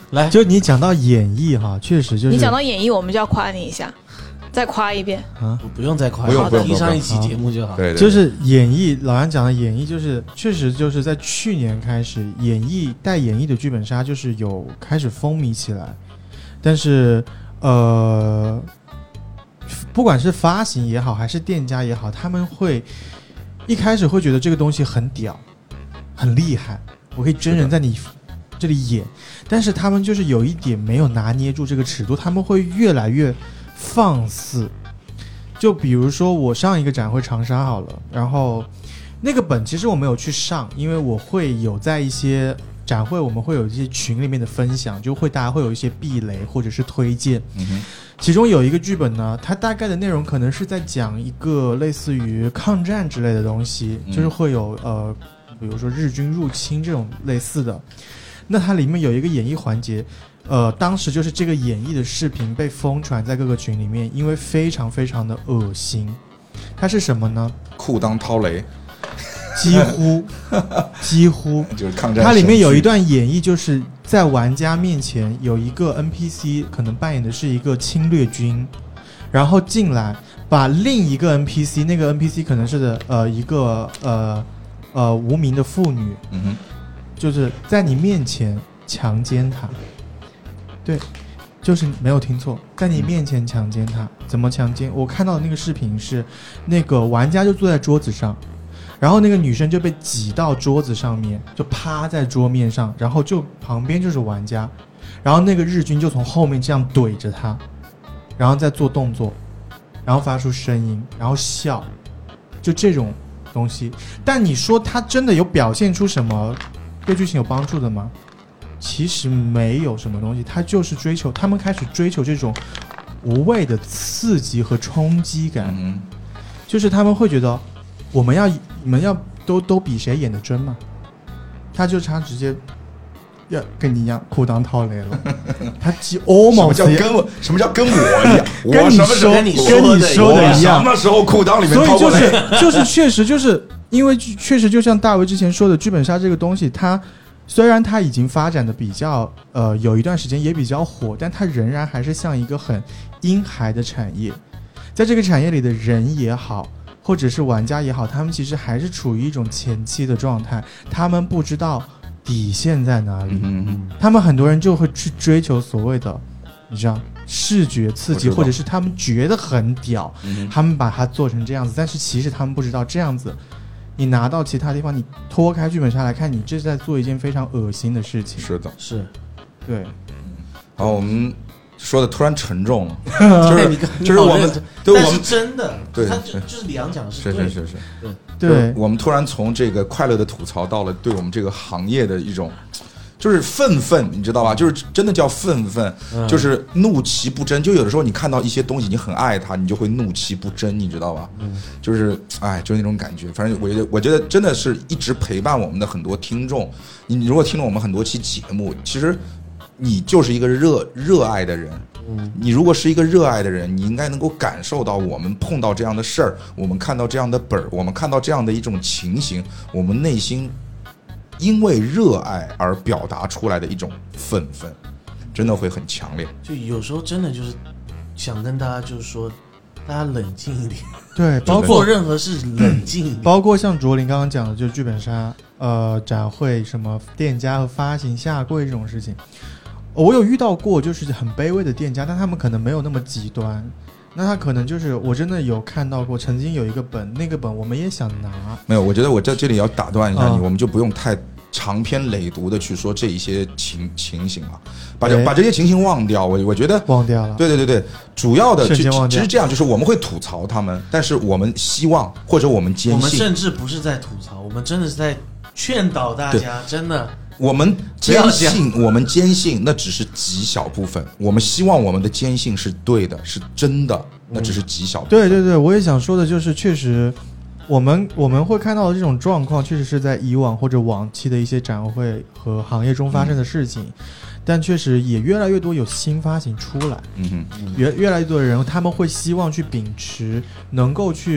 来， 就你讲到演绎哈，确实就是你讲到演绎，我们就要夸你一下，再夸一遍。 啊， 不用再夸， 不用不用听上一期节目就好。 对对， 就是演绎，老杨讲的演绎，就是确实就是在去年开始，演绎带演绎的剧本杀就是有开始风靡起来，但是呃，不管是发行也好，还是店家也好，他们会一开始会觉得这个东西很屌，很厉害，我可以真人在你这里演，但是他们就是有一点没有拿捏住这个尺度，他们会越来越放肆。就比如说我上一个展会长沙好了，然后那个本其实我没有去上，因为我会有在一些展会我们会有一些群里面的分享，就会大家会有一些避雷或者是推荐。 嗯哼， 其中有一个剧本呢，它大概的内容可能是在讲一个类似于抗战之类的东西， 嗯、 就是会有呃，比如说日军入侵这种类似的。那它里面有一个演绎环节，呃，当时就是这个演绎的视频被疯传在各个群里面，因为非常非常的恶心。它是什么呢？ 裤裆掏雷， 几乎几乎就是抗战。 它里面有一段演绎，就是在玩家面前有一个 N P C 可能扮演的是一个侵略军，然后进来把另一个 N P C， 那个 N P C 可能是的呃一个呃呃无名的妇女， 嗯哼， 就是在你面前强奸她。对，就是没有听错，在你面前强奸她。怎么强奸？我看到的那个视频是，那个玩家就坐在桌子上，然后那个女生就被挤到桌子上面，就趴在桌面上，然后就旁边就是玩家，然后那个日军就从后面这样怼着她，然后再做动作，然后发出声音，然后笑，就这种东西。但你说他真的有表现出什么对剧情有帮助的吗？其实没有什么东西，他就是追求，他们开始追求这种无谓的刺激和冲击感， 嗯、 就是他们会觉得我们要你们要都都比谁演的真嘛，他就他直接要跟你一样裤裆掏雷了，他几 almost 什么叫跟我什么叫跟我一样？ 跟你说跟你说的一样， 什么时候裤裆里面掏过雷？ 所以就是就是确实就是因为确实就像大卫之前说的，剧本杀这个东西，它虽然它已经发展的比较呃有一段时间也比较火，但它仍然还是像一个很婴孩的产业。在这个产业里的人也好，或者是玩家也好，他们其实还是处于一种前期的状态，他们不知道底线在哪里。 嗯嗯， 他们很多人就会去追求所谓的你知道视觉刺激，或者是他们觉得很屌、嗯、他们把它做成这样子，但是其实他们不知道这样子你拿到其他地方，你脱开剧本杀来看，你这是在做一件非常恶心的事情。 是的， 是， 对。 好，我们说的突然沉重了，就是就是我们，对我们真的， 对， 他就就是李阳讲的是是是是是， 对，对， 我们突然从这个快乐的吐槽到了对我们这个行业的一种。就是愤愤，你知道吧？就是真的叫愤愤，嗯、就是怒其不争。就有的时候你看到一些东西，你很爱它，你就会怒其不争，你知道吧？嗯、就是哎，就是那种感觉。反正我觉得，我觉得真的是一直陪伴我们的很多听众。你如果听了我们很多期节目，其实你就是一个热热爱的人。嗯，你如果是一个热爱的人，你应该能够感受到我们碰到这样的事儿，我们看到这样的本儿，我们看到这样的一种情形，我们内心。因为热爱而表达出来的一种愤愤，真的会很强烈。 就有时候真的就是想跟大家就是说，大家冷静一点。 对，包括任何事冷静一点。 包括像卓林刚刚讲的，就是剧本杀、呃展会、什么店家和发行下跪这种事情，我有遇到过，就是很卑微的店家，但他们可能没有那么极端。那他可能就是我真的有看到过，曾经有一个本，那个本我们也想拿。 没有，我觉得我在这里要打断一下你，嗯、我们就不用太长篇累牍的去说这一些情情形了，把这把这些情形忘掉。我我觉得忘掉了。 对对对对，主要的其实这样，就是我们会吐槽他们，但是我们希望或者我们坚信， 我们甚至不是在吐槽，我们真的是在劝导大家，真的。 我们坚信，我们坚信那只是极小部分。我们希望我们的坚信是对的，是真的，那只是极小部分。 对对对，我也想说的就是，确实，我们我们会看到的这种状况，确实是在以往或者往期的一些展会和行业中发生的事情，嗯、但确实也越来越多有新发行出来。 嗯哼， 越越来越多的人，他们会希望去秉持，能够去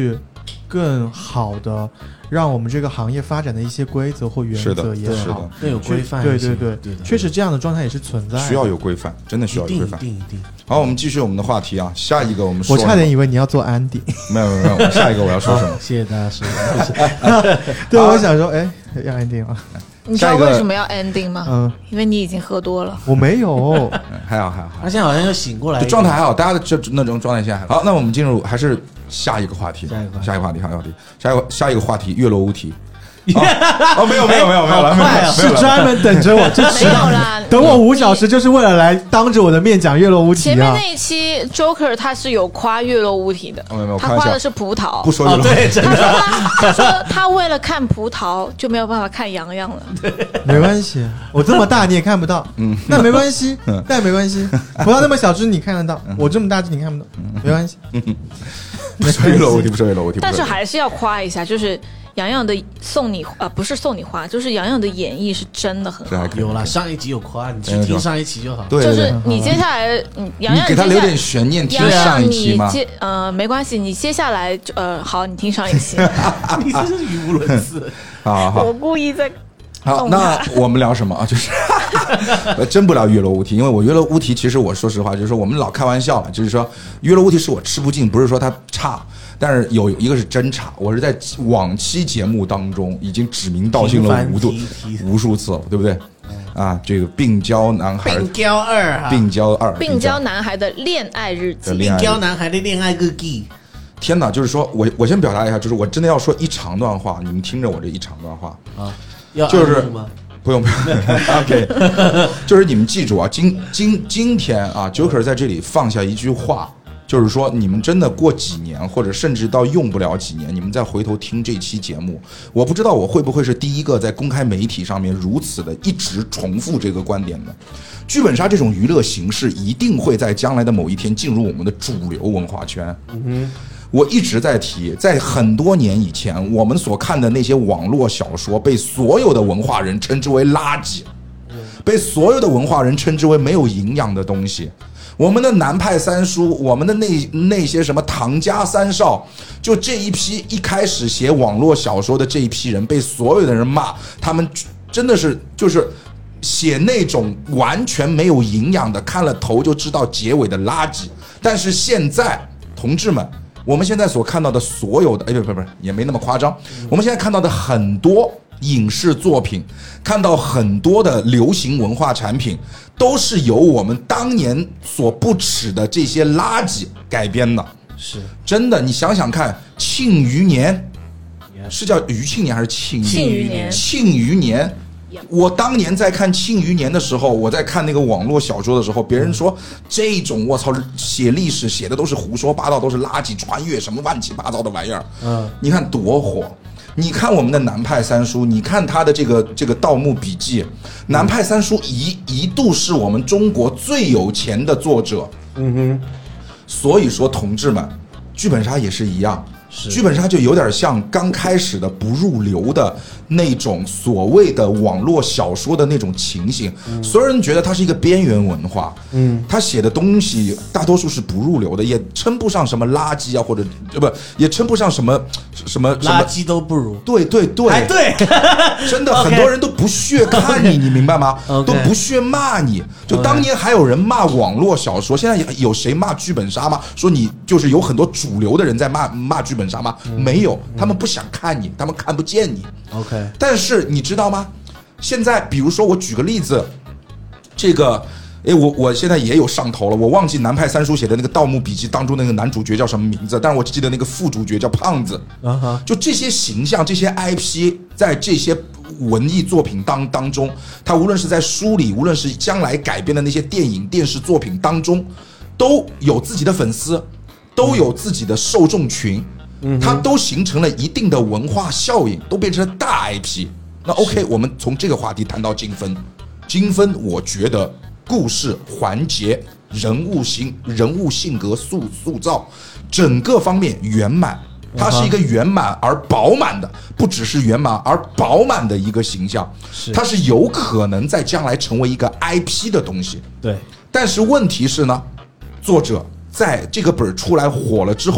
更好的让我们这个行业发展的一些规则或原则也好， 更有规范。 对对对对，确实这样的状态也是存在的， 需要有规范，真的需要有规范。 一定一定。 好，我们继续我们的话题啊，下一个我们说， 我差点以为你要做安迪， 没有没有没有，下一个我要说什么？ 谢谢大家收听。对，我想说，哎，要安迪吗？ 你知道为什么要 ending 吗？嗯，因为你已经喝多了。 我没有， 还好还好。 他现在好像又醒过来， 就状态还好，大家的这那种状态现在还好。好，那我们进入还是下一个话题，下一个下一个话题，下一个话题，下一个下一个话题，月落乌啼。哦，没有没有没有没有了，没有了， 是专门等着我，这没有啦， 等我五小时就是为了来当着我的面讲月落乌啼啊。 前面那一期 Joker 他是有夸月落乌啼的， 没有没有， 他夸的是葡萄， 不说月落。 对， 他说他他说他为了看葡萄就没有办法看洋洋了。 没关系，我这么大你也看不到，嗯，那没关系，那也没关系，葡萄那么小只你看得到，我这么大只你看不到，没关系。 不说月落乌啼，不说月落乌啼， 但是还是要夸一下，就是。洋洋的送你啊、呃，不是送你花，就是洋洋的演绎是真的很好。 有了上一集有夸，你去听上一期就好。 对， 就是你接下来，嗯，洋洋你给他留点悬念，听上一期吗？ 你接呃没关系，你接下来呃好，你听上一期。 你这是语无伦次。 好好， 我故意在。 好，那我们聊什么啊？就是真不聊月落乌啼，因为我月落乌啼，其实我说实话，就是说我们老开玩笑了，就是说月落乌啼是我吃不进，不是说它差。但是有一个是真差，我是在往期节目当中已经指名道姓了无度无数次了，对不对？啊，这个病娇男孩， 病娇二啊， 病娇二， 病娇男孩的恋爱日记， 病娇男孩的恋爱日记。 天哪，就是说我我先表达一下，就是我真的要说一长段话，你们听着我这一长段话啊，要就是不用不用 ，OK， 就是你们记住啊，今今今天啊 ，Joker 在这里放下一句话。就是说，你们真的过几年，或者甚至到用不了几年，你们再回头听这期节目，我不知道我会不会是第一个在公开媒体上面如此的一直重复这个观点的。剧本杀这种娱乐形式一定会在将来的某一天进入我们的主流文化圈。嗯哼，我一直在提，在很多年以前，我们所看的那些网络小说，被所有的文化人称之为垃圾，被所有的文化人称之为没有营养的东西。我们的南派三叔，我们的那那些什么唐家三少，就这一批一开始写网络小说的这一批人，被所有的人骂，他们真的是就是写那种完全没有营养的，看了头就知道结尾的垃圾。但是现在，同志们，我们现在所看到的所有的，哎，不不不，也没那么夸张。我们现在看到的很多影视作品，看到很多的流行文化产品，都是由我们当年所不耻的这些垃圾改编的。 是真的，你想想看，《庆余年》是叫余庆年还是庆庆余年？ 庆余年。我当年在看《庆余年》的时候，我在看那个网络小说的时候，别人说这种我操写历史写的都是胡说八道，都是垃圾穿越什么乱七八糟的玩意儿。嗯，你看多火。你看我们的南派三叔，你看他的这个这个《盗墓笔记》，南派三叔一一度是我们中国最有钱的作者。嗯哼，所以说同志们，剧本杀也是一样。剧本杀就有点像刚开始的不入流的那种所谓的网络小说的那种情形，嗯、所有人觉得它是一个边缘文化，嗯，他写的东西大多数是不入流的，也称不上什么垃圾啊，或者不也称不上什么什么垃圾都不如， 对对对， 哎对， 真的很多人都不屑看你，你明白吗？都不屑骂你。就当年还有人骂网络小说，现在有谁骂剧本杀吗？说你就是有很多主流的人在骂骂剧本杀吗？嗯、没有，他们不想看你，他们看不见你。 OK， 但是你知道吗？现在比如说我举个例子，这个，哎，我我现在也有上头了，我忘记南派三叔写的那个《盗墓笔记》当中那个男主角叫什么名字，但是我记得那个副主角叫胖子。Uh huh. 就这些形象，这些 I P， 在这些文艺作品当当中，他无论是在书里，无论是将来改编的那些电影、电视作品当中，都有自己的粉丝，都有自己的受众群。它都形成了一定的文化效应，都变成了大 I P。那 OK， 我们从这个话题谈到精分。精分，我觉得故事环节、人物性、人物性格塑塑造，整个方面圆满。它是一个圆满而饱满的，不只是圆满而饱满的一个形象。它是有可能在将来成为一个 I P 的东西。 对。 但是问题是呢，作者在这个本出来火了之后，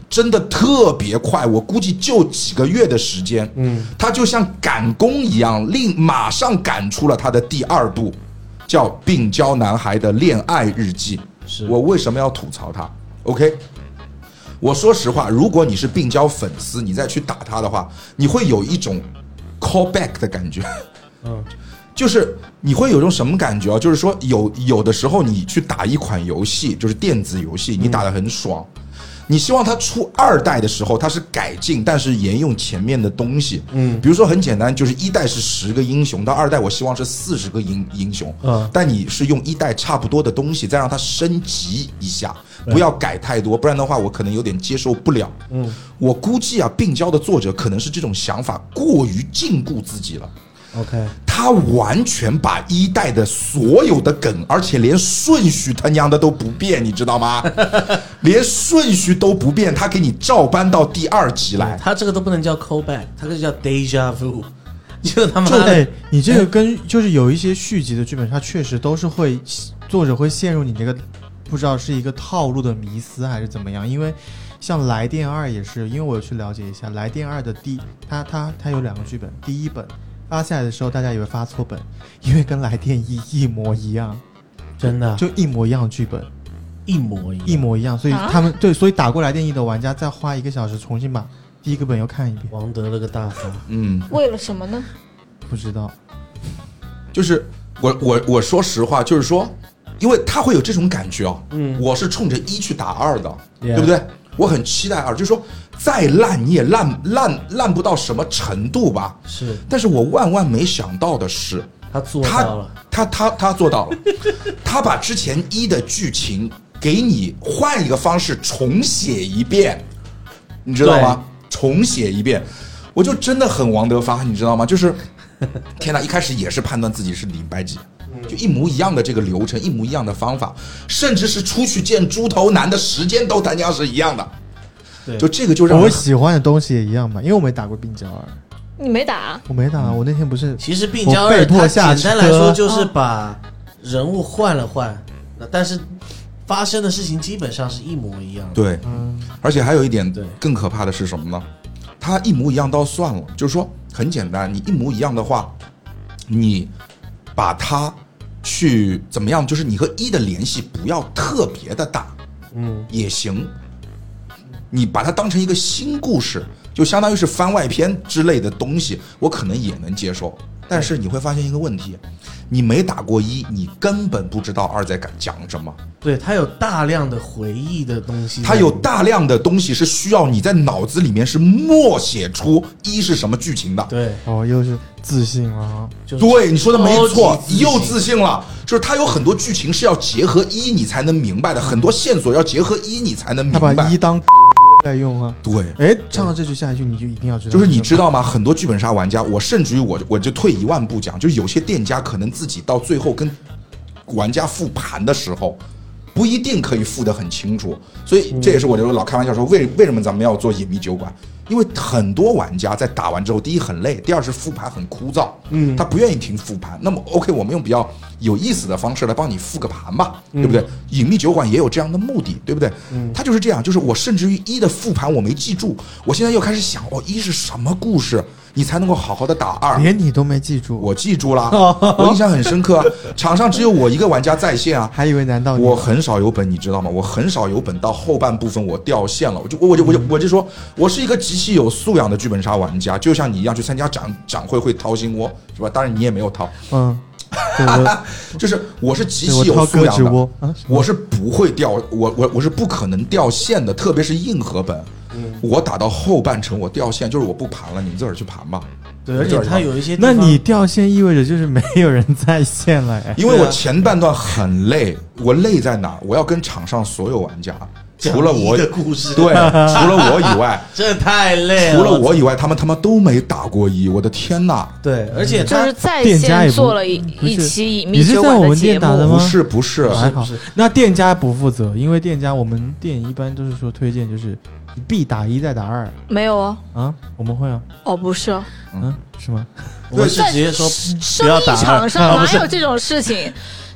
真的特别快，我估计就几个月的时间，嗯，他就像赶工一样，立马上赶出了他的第二部，叫《病娇男孩的恋爱日记》。 是我为什么要吐槽他 ？OK， 我说实话，如果你是病娇粉丝，你再去打他的话，你会有一种 call back 的感觉，嗯。就是你会有种什么感觉啊？就是说有有的时候你去打一款游戏，就是电子游戏，你打得很爽，嗯、你希望它出二代的时候它是改进，但是沿用前面的东西。嗯，比如说很简单，就是一代是十个英雄，到二代我希望是四十个英英雄。嗯，但你是用一代差不多的东西，再让它升级一下，不要改太多，不然的话我可能有点接受不了。嗯，我估计啊，病娇的作者可能是这种想法过于禁锢自己了。 OK， 他完全把一代的所有的梗，而且连顺序他娘的都不变，你知道吗？连顺序都不变，他给你照搬到第二集来。 他这个都不能叫 callback， 他这个叫 deja vu。就他妈的，哎，你这个跟就是有一些续集的剧本，它确实都是会作者会陷入你这个不知道是一个套路的迷思还是怎么样，因为。像来电二也是，因为我有去了解一下来电二的第，它它它有两个剧本，第一本发下来的时候，大家以为发错本，因为跟来电一一模一样， 真的就一模一样的剧本， 一模一样， 一模一样，所以他们、啊、对，所以打过来电一的玩家再花一个小时重新把第一个本又看一遍， 王得了个大发， 嗯， 为了什么呢？ 不知道， 就是我我我说实话，就是说，因为他会有这种感觉啊，嗯，我是冲着一去打二的， yeah. 对不对？我很期待二，就是说再烂你也烂烂烂不到什么程度吧。 是， 但是我万万没想到的是， 他做到了， 他他他他做到了，他把之前一的剧情给你换一个方式重写一遍，你知道吗？重写一遍，我就真的很王德发，你知道吗？就是，天哪，一开始也是判断自己是李白几。就一模一样的这个流程，一模一样的方法，甚至是出去见猪头男的时间都他娘是一样的。 对， 就这个就让我喜欢的东西也一样嘛，因为我没打过病娇二。 你没打、啊？ 我没打、啊，我那天不是。 其实病娇二它简单来说就是把人物换了换，哦、但是发生的事情基本上是一模一样的。 对，嗯，而且还有一点更可怕的是什么呢？它一模一样倒算了，就是说很简单，你一模一样的话，你把它。去怎么样？就是你和一的联系不要特别的大，嗯，也行。你把它当成一个新故事，就相当于是番外篇之类的东西，我可能也能接受。但是你会发现一个问题，你没打过一，你根本不知道二在讲什么。 对，它有大量的回忆的东西， 它有大量的东西是需要你在脑子里面是默写出一是什么剧情的。 对， 哦，又是自信了， 对，你说的没错，又自信了。就是它有很多剧情是要结合一你才能明白的，很多线索要结合一你才能明白。 他把一当在用啊。 对， 哎，唱到这句下一句你就一定要知道。 就是你知道吗？很多剧本杀玩家，我甚至于我我就退一万步讲，就是有些店家可能自己到最后跟玩家复盘的时候。不一定可以复得很清楚，所以这也是我就老开玩笑说，为为什么咱们要做隐秘酒馆？因为很多玩家在打完之后，第一很累，第二是复盘很枯燥，嗯，他不愿意听复盘。那么 OK， 我们用比较有意思的方式来帮你复个盘吧，嗯、对不对？隐秘酒馆也有这样的目的，对不对？嗯，他就是这样，就是我甚至于一的复盘我没记住，我现在又开始想，哦，一是什么故事？你才能够好好的打二， 连你都没记住， 我记住了，我印象很深刻。场上只有我一个玩家在线啊， 还以为难道我很少有本，你知道吗？我很少有本到后半部分我掉线了，我就我就我就我就说我是一个极其有素养的剧本杀玩家，就像你一样去参加展展会会掏心窝，是吧？当然你也没有掏，嗯，就是我是极其有素养的，啊、我是不会掉，我我我是不可能掉线的，特别是硬核本。嗯、我打到后半程我掉线，就是我不盘了，你们自个儿去盘吧。 对，而且它有一些， 那你掉线意味着就是没有人在线了哎。 因为我前半段很累，我累在哪？我要跟场上所有玩家，除了我的故事， 对，除了我以外， 这太累了。 除了我以外，他们他妈都没打过一，我的天哪！ 对，而且就是在线做了一一期隐秘酒馆的节目， 不是不是， 还好。那店家不负责，因为店家我们店一般都是说推荐就是必打一再打二。 没有啊啊，我们会啊。 哦，不是啊， 嗯，是吗？ 我们是直接说不要打二。 生意场上哪有这种事情？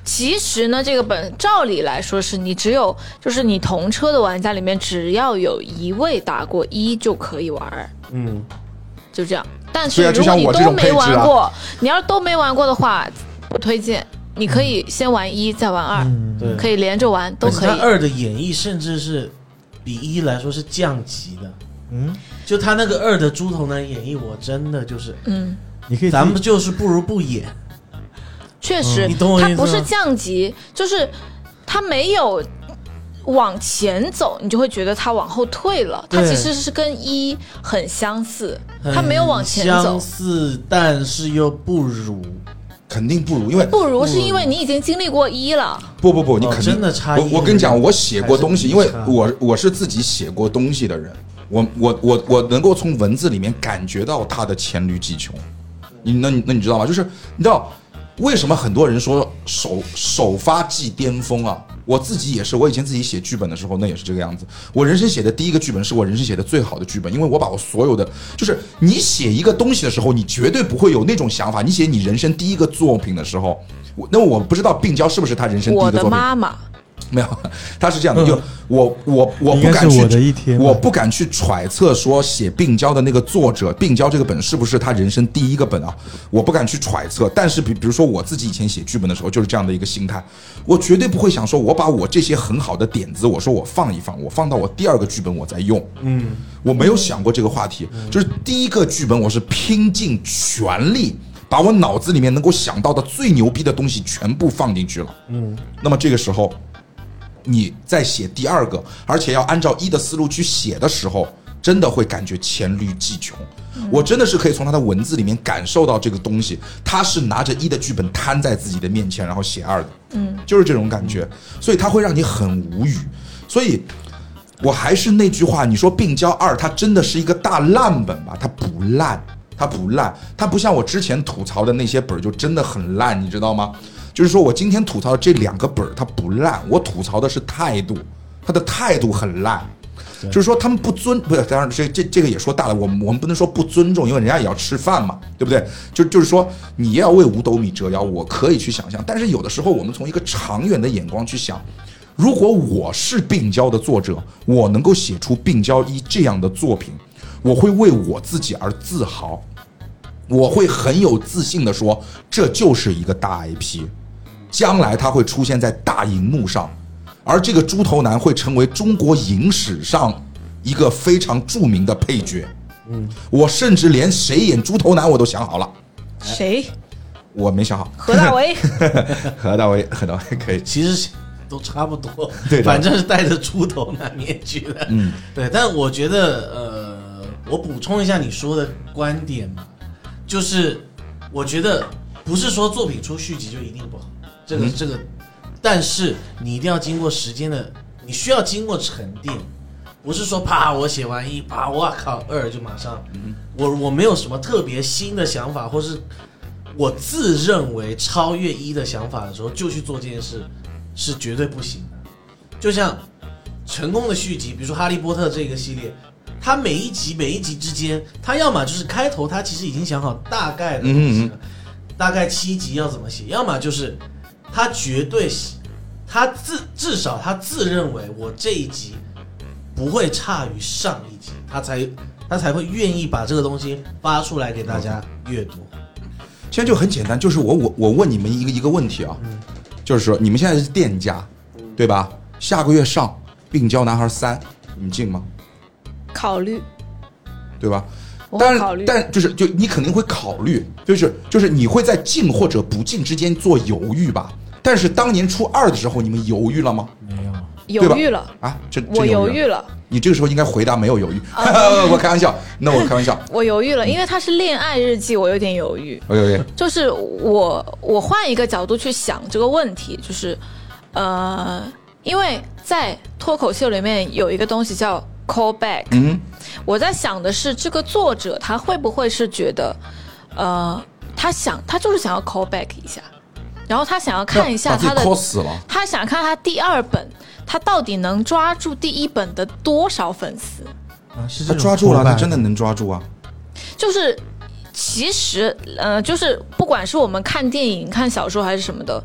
其实呢，这个本照理来说是你只有就是你同车的玩家里面只要有一位打过一就可以玩， 嗯， 就这样。但是对啊就如果你像我这种都没玩过， 配置啊你要是都没玩过的话，不推荐。你可以先玩一，再玩二， 对， 可以连着玩，都可以。 它二的演绎甚至是比一来说是降级的， 嗯， 就他那个二的猪头男演绎，我真的就是， 嗯， 你可以， 咱们就是不如不演。 确实， 嗯、你懂我意思吗？ 它不是降级，就是它没有往前走，你就会觉得它往后退了。它其实是跟一很相似，它没有往前走。 相似，但是又不如。 肯定不如，因为不如是因为你已经经历过一了。 不不不，你肯定、 哦、真的差异。 我我跟你讲，我写过东西，因为我我是自己写过东西的人，我我我我能够从文字里面感觉到他的黔驴技穷。你那那你知道吗？就是你知道为什么很多人说首首发即巅峰啊？我自己也是，我以前自己写剧本的时候，那也是这个样子。我人生写的第一个剧本是我人生写的最好的剧本，因为我把我所有的，就是你写一个东西的时候，你绝对不会有那种想法。你写你人生第一个作品的时候，那我不知道病娇是不是他人生第一个作品。 我的妈妈。 没有，他是这样的，就我我我不敢去， 我的一天我不敢去揣测说写病娇的那个作者，病娇这个本是不是他人生第一个本啊？我不敢去揣测。但是比比如说我自己以前写剧本的时候，就是这样的一个心态，我绝对不会想说，我把我这些很好的点子，我说我放一放，我放到我第二个剧本我再用。嗯，我没有想过这个话题，就是第一个剧本我是拼尽全力。把我脑子里面能够想到的最牛逼的东西全部放进去了。嗯，那么这个时候。你在写第二个，而且要按照一的思路去写的时候，真的会感觉黔驴技穷。我真的是可以从他的文字里面感受到这个东西，他是拿着一的剧本摊在自己的面前，然后写二的，嗯，就是这种感觉，所以他会让你很无语。所以我还是那句话，你说病娇二它真的是一个大烂本吧？它不烂，它不烂，它不像我之前吐槽的那些本就真的很烂，你知道吗？就是说我今天吐槽的这两个本它不烂，我吐槽的是态度，他的态度很烂。就是说他们不尊，不是，当然这这这个也说大了，我们我们不能说不尊重，因为人家也要吃饭嘛，对不对？就就是说你也要为五斗米折腰，我可以去想象，但是有的时候我们从一个长远的眼光去想，如果我是病娇的作者，我能够写出病娇一这样的作品，我会为我自己而自豪，我会很有自信的说，这就是一个大 I P。将来它会出现在大荧幕上，而这个猪头男会成为中国影史上一个非常著名的配角。嗯，我甚至连谁演猪头男我都想好了。 谁？ 我没想好。 何大为。 何大为，何大为可以。 其实都差不多， 对， 反正是戴着猪头男面具的。嗯，对。但我觉得，呃，我补充一下你说的观点嘛，就是我觉得不是说作品出续集就一定不好。这个、嗯、这个，但是你一定要经过时间的，你需要经过沉淀，不是说啪我写完一啪我靠二就马上，嗯、我我没有什么特别新的想法，或是我自认为超越一的想法的时候就去做这件事，是绝对不行的。就像成功的续集，比如说哈利波特这个系列，它每一集每一集之间，它要么就是开头它其实已经想好大概的东西了，嗯嗯大概七集要怎么写，要么就是他绝对，他自至少他自认为我这一集不会差于上一集，他才他才会愿意把这个东西发出来给大家阅读。 现在就很简单，就是我我我问你们一个一个问题啊，嗯、就是说你们现在是店家，对吧？下个月上《病娇男孩三》，你们进吗？ 考虑， 对吧？但但就是就你肯定会考虑，就是就是你会在进或者不进之间做犹豫吧。但是当年初二的时候，你们犹豫了吗？ 没有， 犹豫了啊！这我犹豫了。 你这个时候应该回答没有犹豫。啊、我开玩笑，那我开玩笑。 我犹豫了，因为它是恋爱日记，我有点犹豫。 我犹豫。 就是我我换一个角度去想这个问题，就是呃，因为在脱口秀里面有一个东西叫callback， 嗯，我在想的是这个作者他会不会是觉得，呃，他想他就是想要 callback 一下，然后他想要看一下他的，他想看他第二本他到底能抓住第一本的多少粉丝啊？是他抓住了，他真的能抓住啊！ 就是其实呃，就是不管是我们看电影、看小说还是什么的。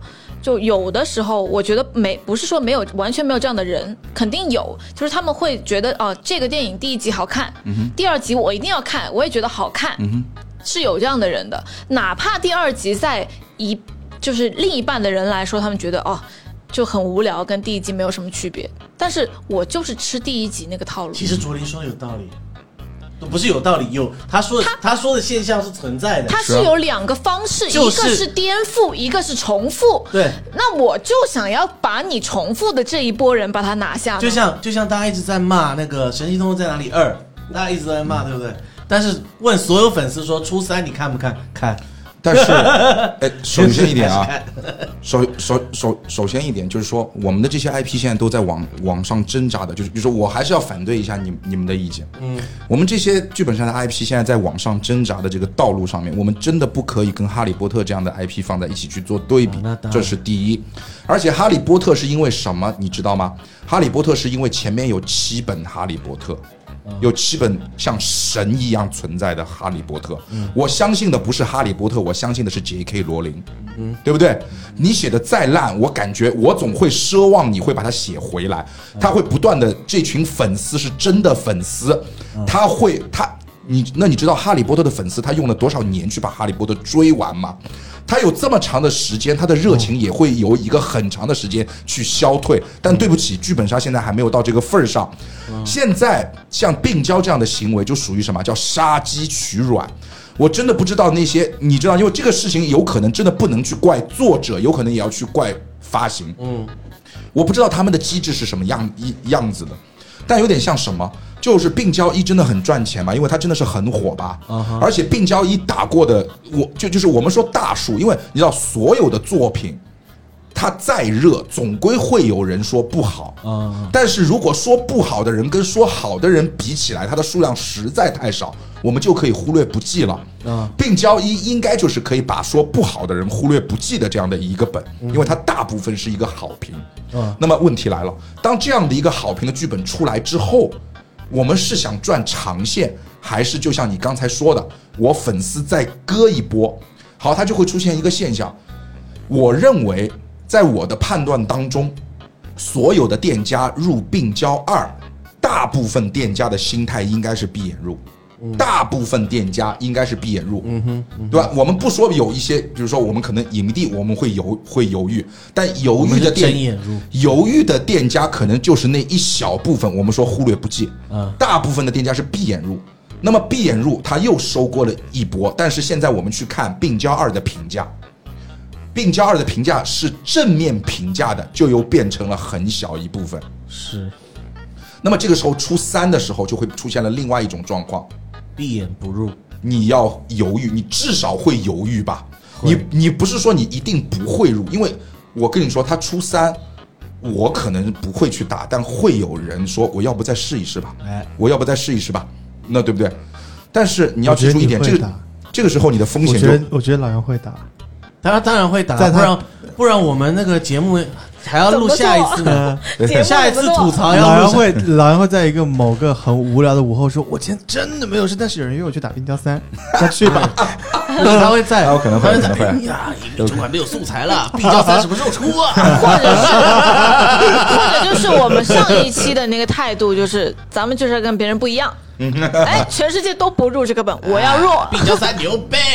就有的时候，我觉得没不是说没有完全没有这样的人，肯定有，就是他们会觉得哦、呃，这个电影第一集好看，嗯、第二集我一定要看，我也觉得好看，嗯、是有这样的人的。哪怕第二集在一就是另一半的人来说，他们觉得哦就很无聊，跟第一集没有什么区别，但是我就是吃第一集那个套路。 其实卓林说的有道理。不是有道理，有他说的，他, 他说的现象是存在的。 它是有两个方式， 就是、 一个是颠覆，一个是重复。 对， 那我就想要把你重复的这一波人把它拿下。 就像就像大家一直在骂那个《神奇动物在哪里二》，大家一直在骂，对不对？但是问所有粉丝说初三你看不看？看。 但是，哎，首先一点啊，首首首首先一点就是说，我们的这些 I P 现在都在网网上挣扎的，就是就是我还是要反对一下你你们的意见。嗯，我们这些剧本杀的 I P 现在在网上挣扎的这个道路上面，我们真的不可以跟哈利波特这样的 I P 放在一起去做对比， 哦、 这是第一。而且哈利波特是因为什么，你知道吗？哈利波特是因为前面有七本哈利波特。有七本像神一样存在的哈利波特、嗯、我相信的不是哈利波特，我相信的是 J K 罗琳、嗯、对不对？你写的再烂，我感觉我总会奢望你会把它写回来，他会不断的，这群粉丝是真的粉丝，他会他你那你知道哈利波特的粉丝他用了多少年去把哈利波特追完吗？他有这么长的时间，他的热情也会有一个很长的时间去消退。但对不起，剧本杀现在还没有到这个份上。现在像病娇这样的行为，就属于什么叫杀鸡取卵？我真的不知道那些，你知道，因为这个事情有可能真的不能去怪作者，有可能也要去怪发行。嗯，我不知道他们的机制是什么样样子的，但有点像什么？就是病娇一真的很赚钱嘛，因为它真的是很火吧， uh-huh. 而且病娇一打过的，我就就是我们说大数，因为你知道所有的作品，它再热，总归会有人说不好， uh-huh. 但是如果说不好的人跟说好的人比起来，它的数量实在太少，我们就可以忽略不计了。Uh-huh. 病娇一应该就是可以把说不好的人忽略不计的这样的一个本， uh-huh. 因为它大部分是一个好评。Uh-huh. 那么问题来了，当这样的一个好评的剧本出来之后，我们是想赚长线，还是就像你刚才说的，我粉丝再割一波？好，它就会出现一个现象。我认为，在我的判断当中，所有的店家入病娇二，大部分店家的心态应该是闭眼入。大部分店家应该是闭眼入，嗯哼，嗯哼，对吧？我们不说有一些，比如说我们可能营地我们会犹会犹豫，但犹豫的店犹豫的店家可能就是那一小部分，我们说忽略不计，嗯，大部分的店家是闭眼入。那么闭眼入他又收过了一波，但是现在我们去看病娇二的评价，病娇二的评价是正面评价的，就又变成了很小一部分， 是。 那么这个时候初三的时候就会出现了另外一种状况。 闭眼不入， 你要犹豫，你至少会犹豫吧？你你不是说你一定不会入，因为我跟你说，他初三，我可能不会去打，但会有人说，我要不再试一试吧？哎，我要不再试一试吧？那对不对？但是你要记住一点，这个这个时候你的风险就， 我觉得我觉得老杨会打， 他当然会打，不然不然我们那个节目还要录下一次呢，下一次吐槽要老杨会老杨会在一个某个很无聊的午后说，我今天真的没有事，但是有人约我去打病娇三，那去吧。 他会在， 他可能会，可能会。 哎呀，因为主管没有素材了，病娇三什么时候出啊？ 或者是，或者就是我们上一期的那个态度，就是咱们就是要跟别人不一样。哎，全世界都不入这个本，我要入。 病娇三牛背。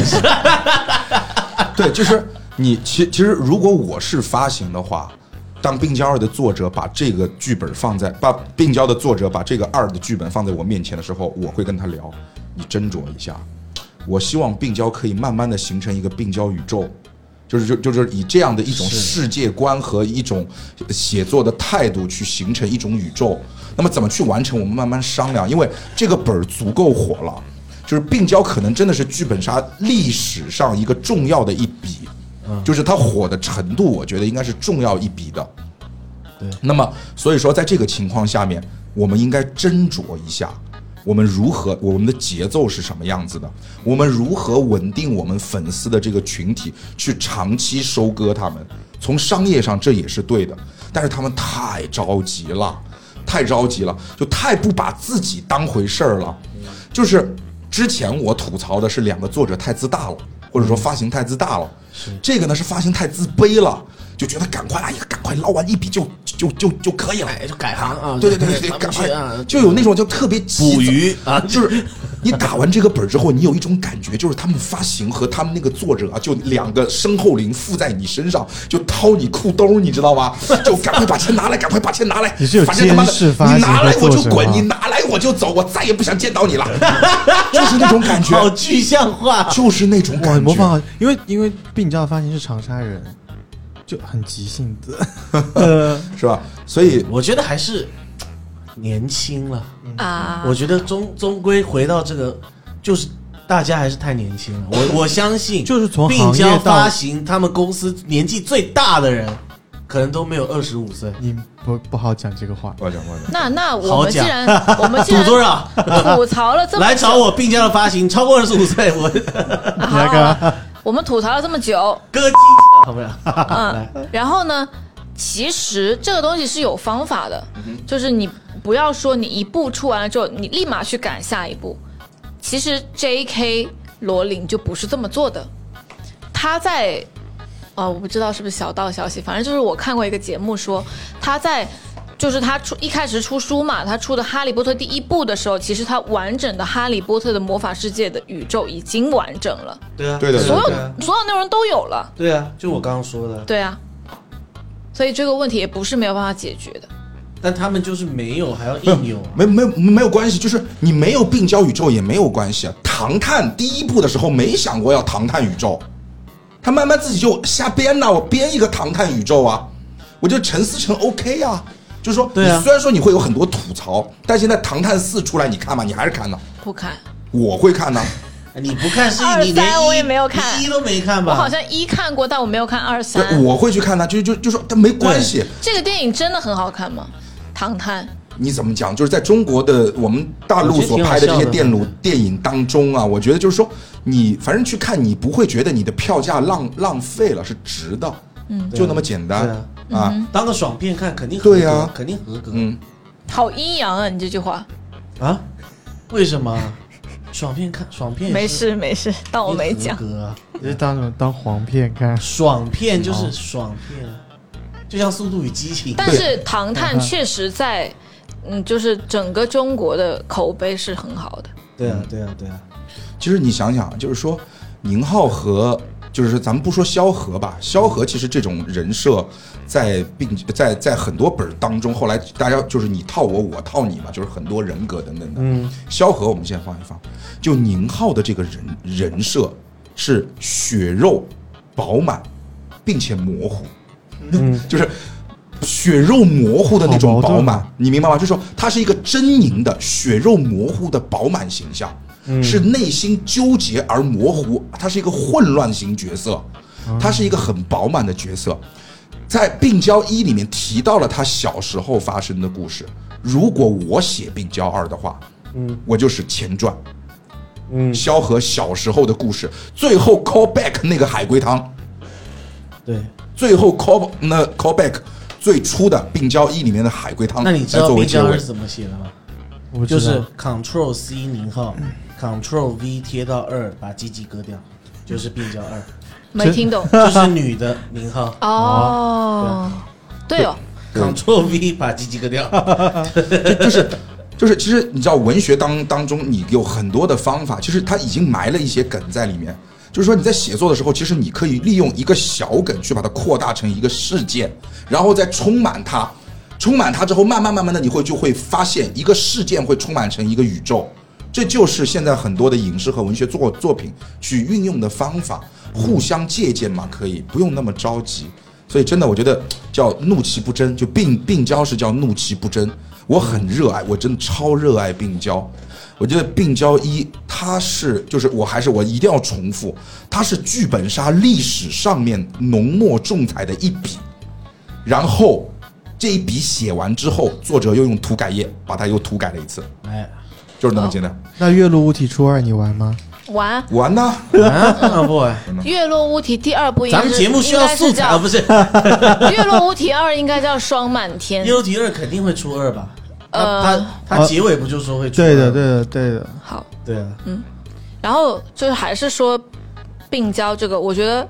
对，就是你其其实如果我是发行的话，当病娇二的作者把这个剧本放在把病娇的作者把这个二的剧本放在我面前的时候，我会跟他聊，你斟酌一下。我希望病娇可以慢慢的形成一个病娇宇宙，就是就就是以这样的一种世界观和一种写作的态度去形成一种宇宙。那么怎么去完成，我们慢慢商量。因为这个本足够火了，就是病娇可能真的是剧本杀历史上一个重要的一笔，就是它火的程度，我觉得应该是重要一笔的。 对， 那么所以说在这个情况下面，我们应该斟酌一下。我们如何，我们的节奏是什么样子的？我们如何稳定我们粉丝的这个群体，去长期收割他们？从商业上这也是对的，但是他们太着急了，太着急了，就太不把自己当回事儿了。就是之前我吐槽的是两个作者太自大了，或者说发行太自大了，这个呢是发行太自卑了。 就觉得赶快，哎呀，赶快捞完一笔就就就就可以了， 哎，就改行啊， 对对对对，赶快啊，就有那种就特别捕鱼啊， 就是你打完这个本之后，你有一种感觉，就是他们发行和他们那个作者啊，就两个身后灵附在你身上，就掏你裤兜，你知道吗？就赶快把钱拿来，赶快把钱拿来， 你是有反正他妈的监视发行你拿来我就滚， 和作者吗你拿来我就走，我再也不想见到你了，就是那种感觉， 好具象化， 就是那种哇， 感觉。 模仿好，因为因为病娇的发行是长沙人，就很即兴的， 是吧？所以我觉得还是年轻了啊， 我觉得终终归回到这个，就是大家还是太年轻了。我我相信， 就是从病娇行业到发行，他们公司年纪最大的人，可能都没有二十五岁。 你不不好讲这个话。 不好讲，不好讲。 那那我好讲们既然我们既然赌多少？ 吐槽了这么久来找我病娇的发行超过二十五岁，我啊好好好我们吐槽了这么久， 割鸡，好不了。 嗯，然后呢，其实这个东西是有方法的，就是你不要说你一部出完了之后，你立马去赶下一部。其实 J K 罗琳就不是这么做的，他在呃，我不知道是不是小道消息，反正就是我看过一个节目说他在。就是他出一开始出书嘛，他出的《哈利波特》第一部的时候，其实他完整的《哈利波特》的魔法世界的宇宙已经完整了， 对啊， 对的所有对啊所有内容都有了， 对啊，就我刚刚说的。 对啊，所以这个问题也不是没有办法解决的。 但他们就是没有，还要硬有、啊， 没没有没有关系，就是你没有病娇宇宙也没有关系啊。唐探第一部的时候没想过要唐探宇宙，他慢慢自己就瞎编呐、啊，我编一个唐探宇宙啊，我就陈思诚 OK 啊。就是说， 对啊， 你虽然说你会有很多吐槽，但现在《唐探四》出来，你看吗？你还是看呢？ 不看， 我会看呢。 你不看是你连二三我也没有看， 一都没看吧？ 我好像一看过，但我没有看二三。 对，我会去看呢，就就就说，但没关系。 这个电影真的很好看吗？唐探？ 你怎么讲？就是在中国的我们大陆所拍的这些电影电影当中啊，我觉得就是说，你反正去看，你不会觉得你的票价浪浪费了，是值的。嗯，就那么简单。 啊， 啊当个爽片看肯定合格， 对呀， 肯定合格。 嗯， 好阴阳啊，你这句话啊？为什么？爽片看爽片没事没事，当我没讲。 就是当什么当黄片看？ 爽片就是爽片，就像《速度与激情》。 但是《唐探》确实在，嗯，就是整个中国的口碑是很好的。 对啊，对啊，对啊。 其实你想想，就是说宁浩和。就是咱们不说萧何吧，萧何其实这种人设在并在在很多本当中，后来大家就是你套我，我套你嘛，就是很多人格等等的。嗯，萧何我们先放一放，就宁浩的这个人人设是血肉饱满，并且模糊，嗯，就是血肉模糊的那种饱满，你明白吗？就是说他是一个狰狞的血肉模糊的饱满形象。是内心纠结而模糊，他是一个混乱型角色，他是一个很饱满的角色。在《病娇一》里面提到了他小时候发生的故事。如果我写《病娇二》的话，嗯，我就是前传，嗯，萧何小时候的故事，最后 call back 那个海龟汤， 对， 最后 call 那 call back 最初的《病娇一》里面的海龟汤。 那你知道《病娇二》是怎么写的吗？ 我就是 Ctrl C 宁浩。Ctrl V 贴到二，把鸡鸡割掉，就是病娇二。 没听懂， 就是女的宁浩。 哦，对哦。 Ctrl V 把鸡鸡割掉， 就是就是，其实你知道文学当当中，你有很多的方法，其实它已经埋了一些梗在里面。就是说你在写作的时候，其实你可以利用一个小梗去把它扩大成一个事件，然后再充满它，充满它之后，慢慢慢慢的你会就会发现一个事件会充满成一个宇宙。这就是现在很多的影视和文学作作品去运用的方法，互相借鉴嘛，可以不用那么着急。所以真的，我觉得叫怒其不争，就病病娇是叫怒其不争。我很热爱，我真的超热爱病娇。我觉得病娇一，它是就是我还是我一定要重复，它是剧本杀历史上面浓墨重彩的一笔。然后这一笔写完之后，作者又用涂改液把它又涂改了一次。哎。就是那么简单。 那月落乌啼初二你玩吗？ 玩玩呢？ 玩不玩？ 月落乌啼第二部应该是， 咱们节目需要素材啊，不是？ 月落乌啼二应该叫霜满天。 月落乌啼二肯定会出二吧？呃，他他结尾不就说会出二？ 对的，对的，对的。 好， 对啊， 嗯。然后就是还是说病娇这个，我觉得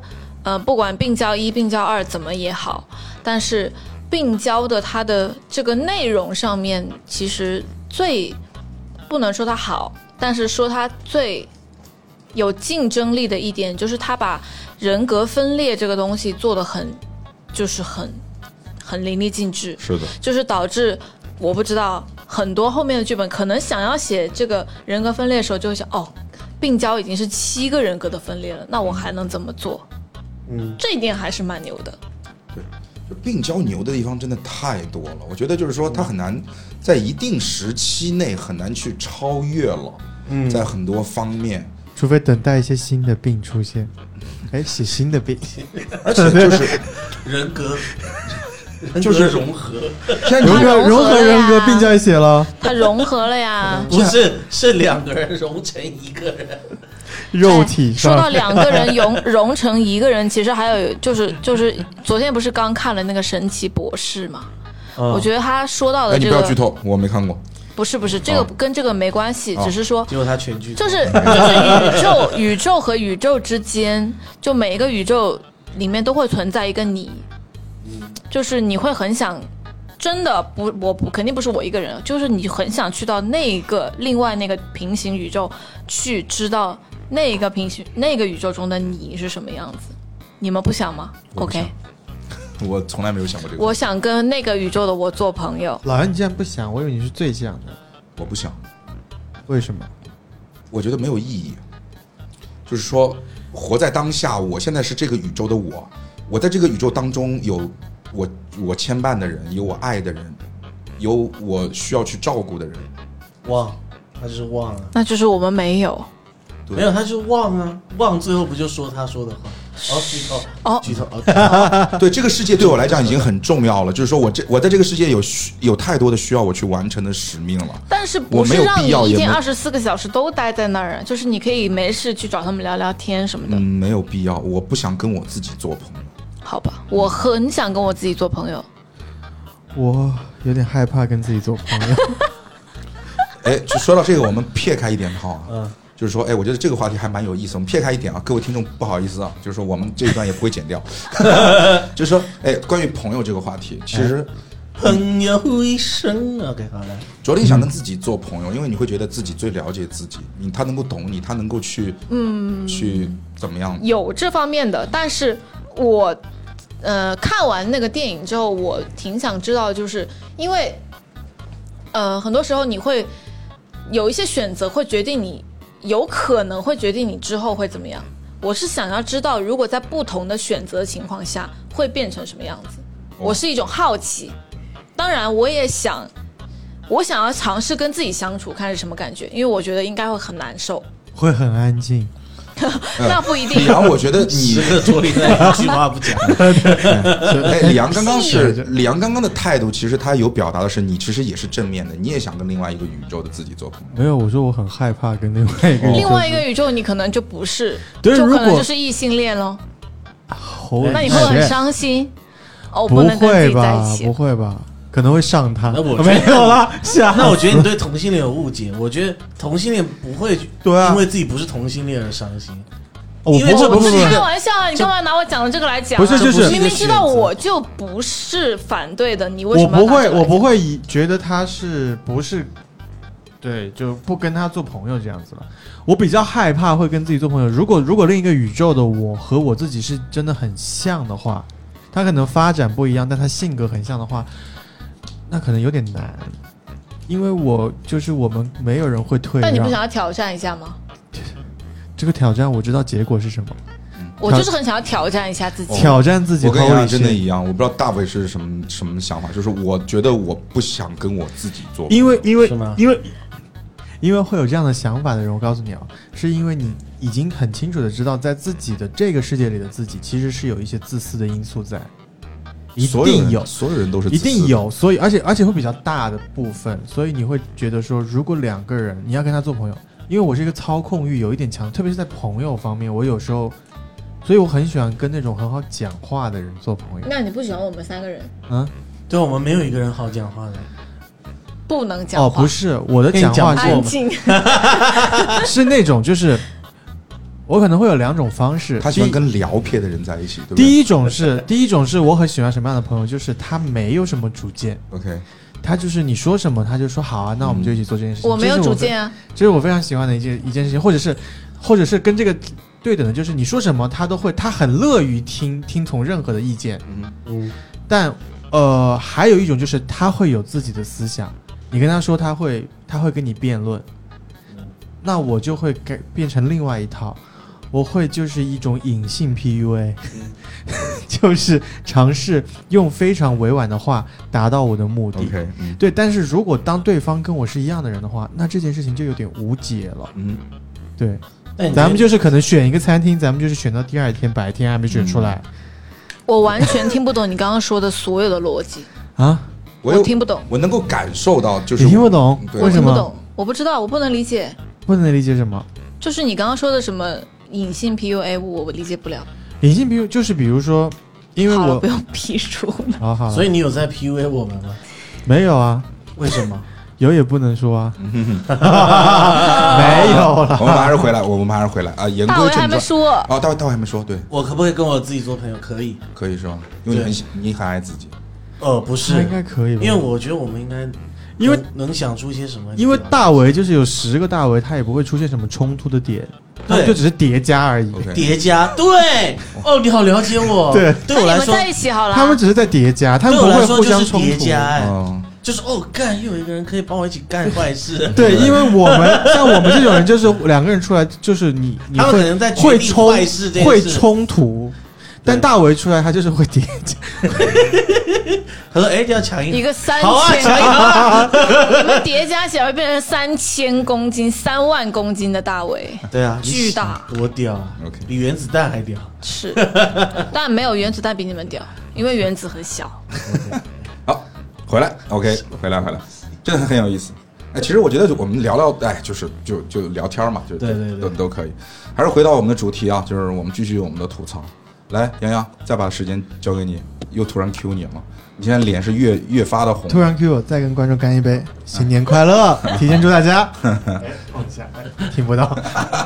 呃，不管病娇一、病娇二怎么也好，但是病娇的它的这个内容上面，其实最不能说它好，但是说它最有竞争力的一点，就是它把人格分裂这个东西做得很，就是很很淋漓尽致。 是的， 就是导致我不知道很多后面的剧本可能想要写这个人格分裂的时候，就会想哦，病娇已经是七个人格的分裂了，那我还能怎么做？嗯，这一点还是蛮牛的。 对，就病娇牛的地方真的太多了，我觉得就是说它很难在一定时期内很难去超越了。嗯，在很多方面， 除非等待一些新的病出现。哎，写新的病， 而且就是人格。 就是融合， 融合融合人格，病娇也写了， 它融合了呀。 不是，是两个人融成一个人， 肉体上。 说到两个人融融成一个人，其实还有就是就是昨天不是刚看了那个神奇博士嘛？嗯、我觉得他说到的这个， 哎、你不要剧透，我没看过。 不是不是，这个跟这个没关系，哦、只是说， 结果他全剧透， 就是就是宇宙宇宙和宇宙之间，就每一个宇宙里面都会存在一个你。就是你会很想，真的不，我不肯定不是我一个人，就是你很想去到那个另外那个平行宇宙，去知道那个平行那个宇宙中的你是什么样子。你们不想吗 ？OK， 我从来没有想过这个。 我想跟那个宇宙的我做朋友。 老杨，你既然不想，我以为你是最想的。 我不想。 为什么？ 我觉得没有意义。就是说，活在当下，我现在是这个宇宙的我，我在这个宇宙当中有。我我牵绊的人，有我爱的人，有我需要去照顾的人。 忘，他就是忘了。 那就是我们没有， 没有，他就忘啊，忘最后不就说他说的话？哦，剧透， 哦， 剧透，哦， 对，这个世界对我来讲已经很重要了。就是说我这我在这个世界有需有太多的需要我去完成的使命了。 但是不是让你一天二十四个小时都待在那儿？就是你可以没事去找他们聊聊天什么的。 嗯，没有必要，我不想跟我自己做朋友。 好吧，我很想跟我自己做朋友。 我有点害怕跟自己做朋友。 哎，就说到这个，我们撇开一点套啊，嗯，就是说，哎，我觉得这个话题还蛮有意思。我们撇开一点啊，各位听众不好意思啊，就是说我们这一段也不会剪掉。就是说，哎，关于朋友这个话题，其实、 哎、朋友一生 ，OK， 好了。 昨天想跟自己做朋友，因为你会觉得自己最了解自己，你他能够懂你，他能够去，嗯，去怎么样？ 有这方面的，但是我。呃，看完那个电影之后，我挺想知道，就是因为，呃，很多时候你会有一些选择，会决定你有可能会决定你之后会怎么样。我是想要知道，如果在不同的选择情况下，会变成什么样子。我是一种好奇，当然我也想，我想要尝试跟自己相处，看是什么感觉，因为我觉得应该会很难受， 会很安静。 那不一定。 李阳，我觉得你的桌里那一句话不讲。 哎，李阳刚刚是李阳刚刚的态度，其实他有表达的是，你其实也是正面的，你也想跟另外一个宇宙的自己做朋友。 没有，我说我很害怕跟另外一个宇宙。 另外一个宇宙，你可能就不是， 对， 就可能就是异性恋咯。那你会很伤心。哦，不能跟自己在一起。 不会吧？不会吧？可能会上他， 那我没有了。 那我觉得你对同性恋有误解。我觉得同性恋不会因为自己不是同性恋而伤心。 哦、因为这不是开玩笑啊！你干嘛拿我讲的这个来讲、啊？ 不是，就是明明知道我就不是反对的，你为什么我不会，我不会以觉得他是不是对，就不跟他做朋友这样子了。我比较害怕会跟自己做朋友。如果如果另一个宇宙的我和我自己是真的很像的话，他可能发展不一样，但他性格很像的话。那可能有点难，因为我就是我们没有人会退让。 那你不想要挑战一下吗？ 这个挑战我知道结果是什么， 我就是很想要挑战一下自己， 挑战自己。 我跟杨真的一样，我不知道大伟是什么什么想法，就是我觉得我不想跟我自己做， 因为因为因为因为会有这样的想法的人，我告诉你啊，是因为你已经很清楚的知道，在自己的这个世界里的自己，其实是有一些自私的因素在。一定有， 所有人都是一定有，所以而且而且会比较大的部分，所以你会觉得说，如果两个人你要跟他做朋友，因为我是一个操控欲有一点强，特别是在朋友方面，我有时候，所以我很喜欢跟那种很好讲话的人做朋友。 那你不喜欢我们三个人？ 嗯， 对，我们没有一个人好讲话的， 不能讲话。 哦，不是，我的讲话是安静， 是那种就是我可能会有两种方式。 他喜欢跟聊撇的人在一起，对不对？ 第一种是，第一种是我很喜欢什么样的朋友，就是他没有什么主见。 OK， 他就是你说什么他就说好啊，那我们就一起做这件事情。 我没有主见啊， 这是我非常喜欢的一件一件事情，或者是，或者是跟这个对等的，就是你说什么他都会，他很乐于听听从任何的意见。 嗯嗯， 但呃，还有一种就是他会有自己的思想，你跟他说他会他会跟你辩论，那我就会改变成另外一套。我会就是一种隐性 P U A， 就是尝试用非常委婉的话达到我的目的。 OK， 嗯， 对，但是如果当对方跟我是一样的人的话，那这件事情就有点无解了。 嗯， 对， 但咱们就是可能选一个餐厅，咱们就是选到第二天白天还没选出来、 我完全听不懂你刚刚说的所有的逻辑啊！ 我有我听不懂， 我能够感受到，就是你听不懂对为什么？ 听不懂，我不知道，我不能理解。 不能理解什么？ 就是你刚刚说的什么隐性 P U A， 我我理解不了。 隐性 P U 就是比如说，因为好了， 我不用批注了。 好好了， 所以你有在 P U A 我们吗？ 没有啊， 为什么？ 有也不能说啊， 嗯没有了。 我们还是回来，我们还是回来啊！言大为还归正传。 没说， 哦，大卫，大卫还没说，对， 我可不可以跟我自己做朋友？可以。 可以是吧？因为你很喜你很爱自己。 呃，不他是应，该可以吧？ 因为我觉得我们应该， 因为能能想出一些什么？ 因为大为就是有十个大为，他也不会出现什么冲突的点，他们就只是叠加而已。 OK， 叠加，对，哦，你好了解我。 对那对我来说， 你们在一起好了。 他们只是在叠加，他们不会对我来说互相冲突。 就是叠加，哎， 嗯， 就是哦，干，又有一个人可以帮我一起干坏事。 对，因为我们像我们这种人，就是两个人出来，就是你你会他们可能在决定会冲坏事这件会事冲突，但大为出来他就是会叠加。 他说：“哎，要抢一一个三好啊， 千， 抢一个。 你们叠加起来会变成三千公斤、三万公斤的大围， 对啊， 巨大， 多屌啊 OK 比原子弹还屌。 是，但没有原子弹比你们屌，因为原子很小。 好，回来 OK， 回来回来，真的很有意思。哎，其实我觉得我们聊聊，哎，就是就就聊天嘛，就对对对都都可以。还是回到我们的主题啊，就是我们继续我们的吐槽。来，洋洋，再把时间交给你，又突然 Q 你了，你现在脸是越越发的红。 突然 Q 我，再跟观众干一杯，新年快乐！提前祝大家。哎放下，听不到。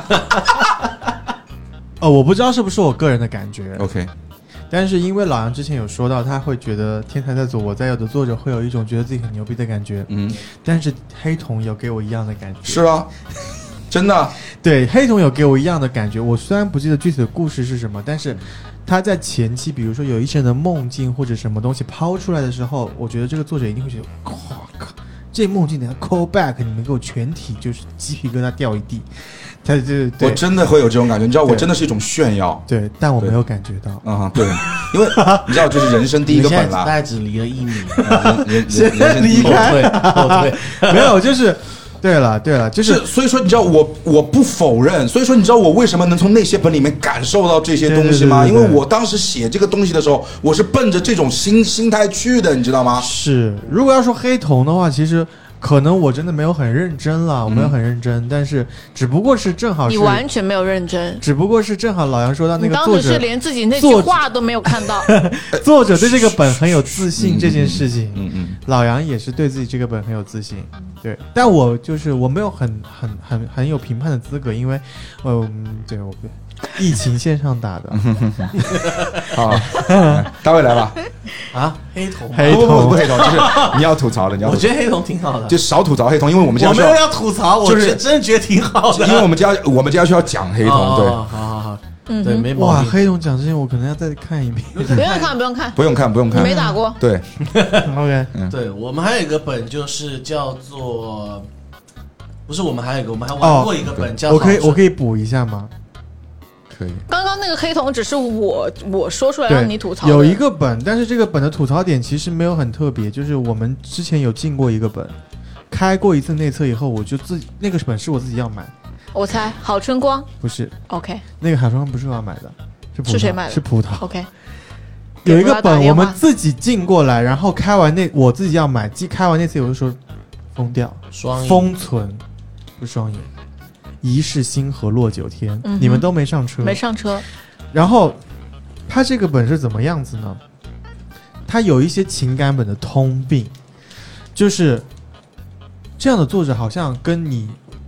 哦，我不知道是不是我个人的感觉 OK， 但是因为老杨之前有说到，他会觉得天才在左我在右的作者会有一种觉得自己很牛逼的感觉。 嗯， 但是黑瞳有给我一样的感觉。 是啊，真的。 对，黑瞳有给我一样的感觉。我虽然不记得具体的故事是什么，但是他在前期，比如说有一阵的梦境或者什么东西抛出来的时候，我觉得这个作者一定会觉得，哇靠，这梦境等下 call back，你们给我全体就是鸡皮疙瘩掉一地。他就对我真的会有这种感觉，你知道，我对真的是一种炫耀。 对，但我没有感觉到。 嗯，对，因为你知道，这是人生第一个本啦。 你现在大概只离了一米， 人人人人生第一个后退后退。 没有，就是对了对了，就是是，所以说你知道我我不否认，所以说你知道我为什么能从那些本里面感受到这些东西吗？ 对对对对对因为我当时写这个东西的时候，我是奔着这种心心态去的，你知道吗？ 是，如果要说黑瞳的话，其实可能我真的没有很认真了，我没有很认真，但是只不过是正好是你完全没有认真， 只不过是正好老杨说到那你个作者当时是连自己那句作者话都没有看到。 作者对这个本很有自信这件事情， 嗯嗯， 老杨也是对自己这个本很有自信，对，但我就是我没有很很很很有评判的资格，因为，嗯，对我不疫情线上打的， 好，大卫来吧。 啊，黑瞳， 黑不不不不瞳黑瞳，就是你要吐槽的，你要吐槽我觉得黑瞳挺好的， 就少吐槽黑瞳，因为我们家需要， 我没有要吐槽，我就是觉得真的觉得挺好的， 因为我们家我们家需要讲黑瞳，对， 哦好好好， 嗯哼对，没毛哇， 病。 黑瞳讲之前我可能要再看一遍不用看，不用看， 不用看不用你看， 没打过。 对， ，OK， 对我们还有一个本就是叫做，不是我们还有一个，我们还玩过一个本叫， 我可以我可以， 以补一下吗？ 可以， 刚刚那个黑瞳只是我我说出来对， 让你吐槽的。 有一个本，但是这个本的吐槽点其实没有很特别，就是我们之前有进过一个本，开过一次内测以后，我就自己那个本是我自己要买， 我猜好春光不是 ，OK 那个海双不是我要买的，是葡萄是谁买的是葡萄。 OK， 有一个给葡萄打本我电话们自己进过来，然后开完那我自己要买，既开完那次我就说封掉， 双赢封存不是双赢，一世星河落九天， 嗯哼你们都没上车， 没上车， 然后他这个本是怎么样子呢？他有一些情感本的通病，就是这样的作者好像跟你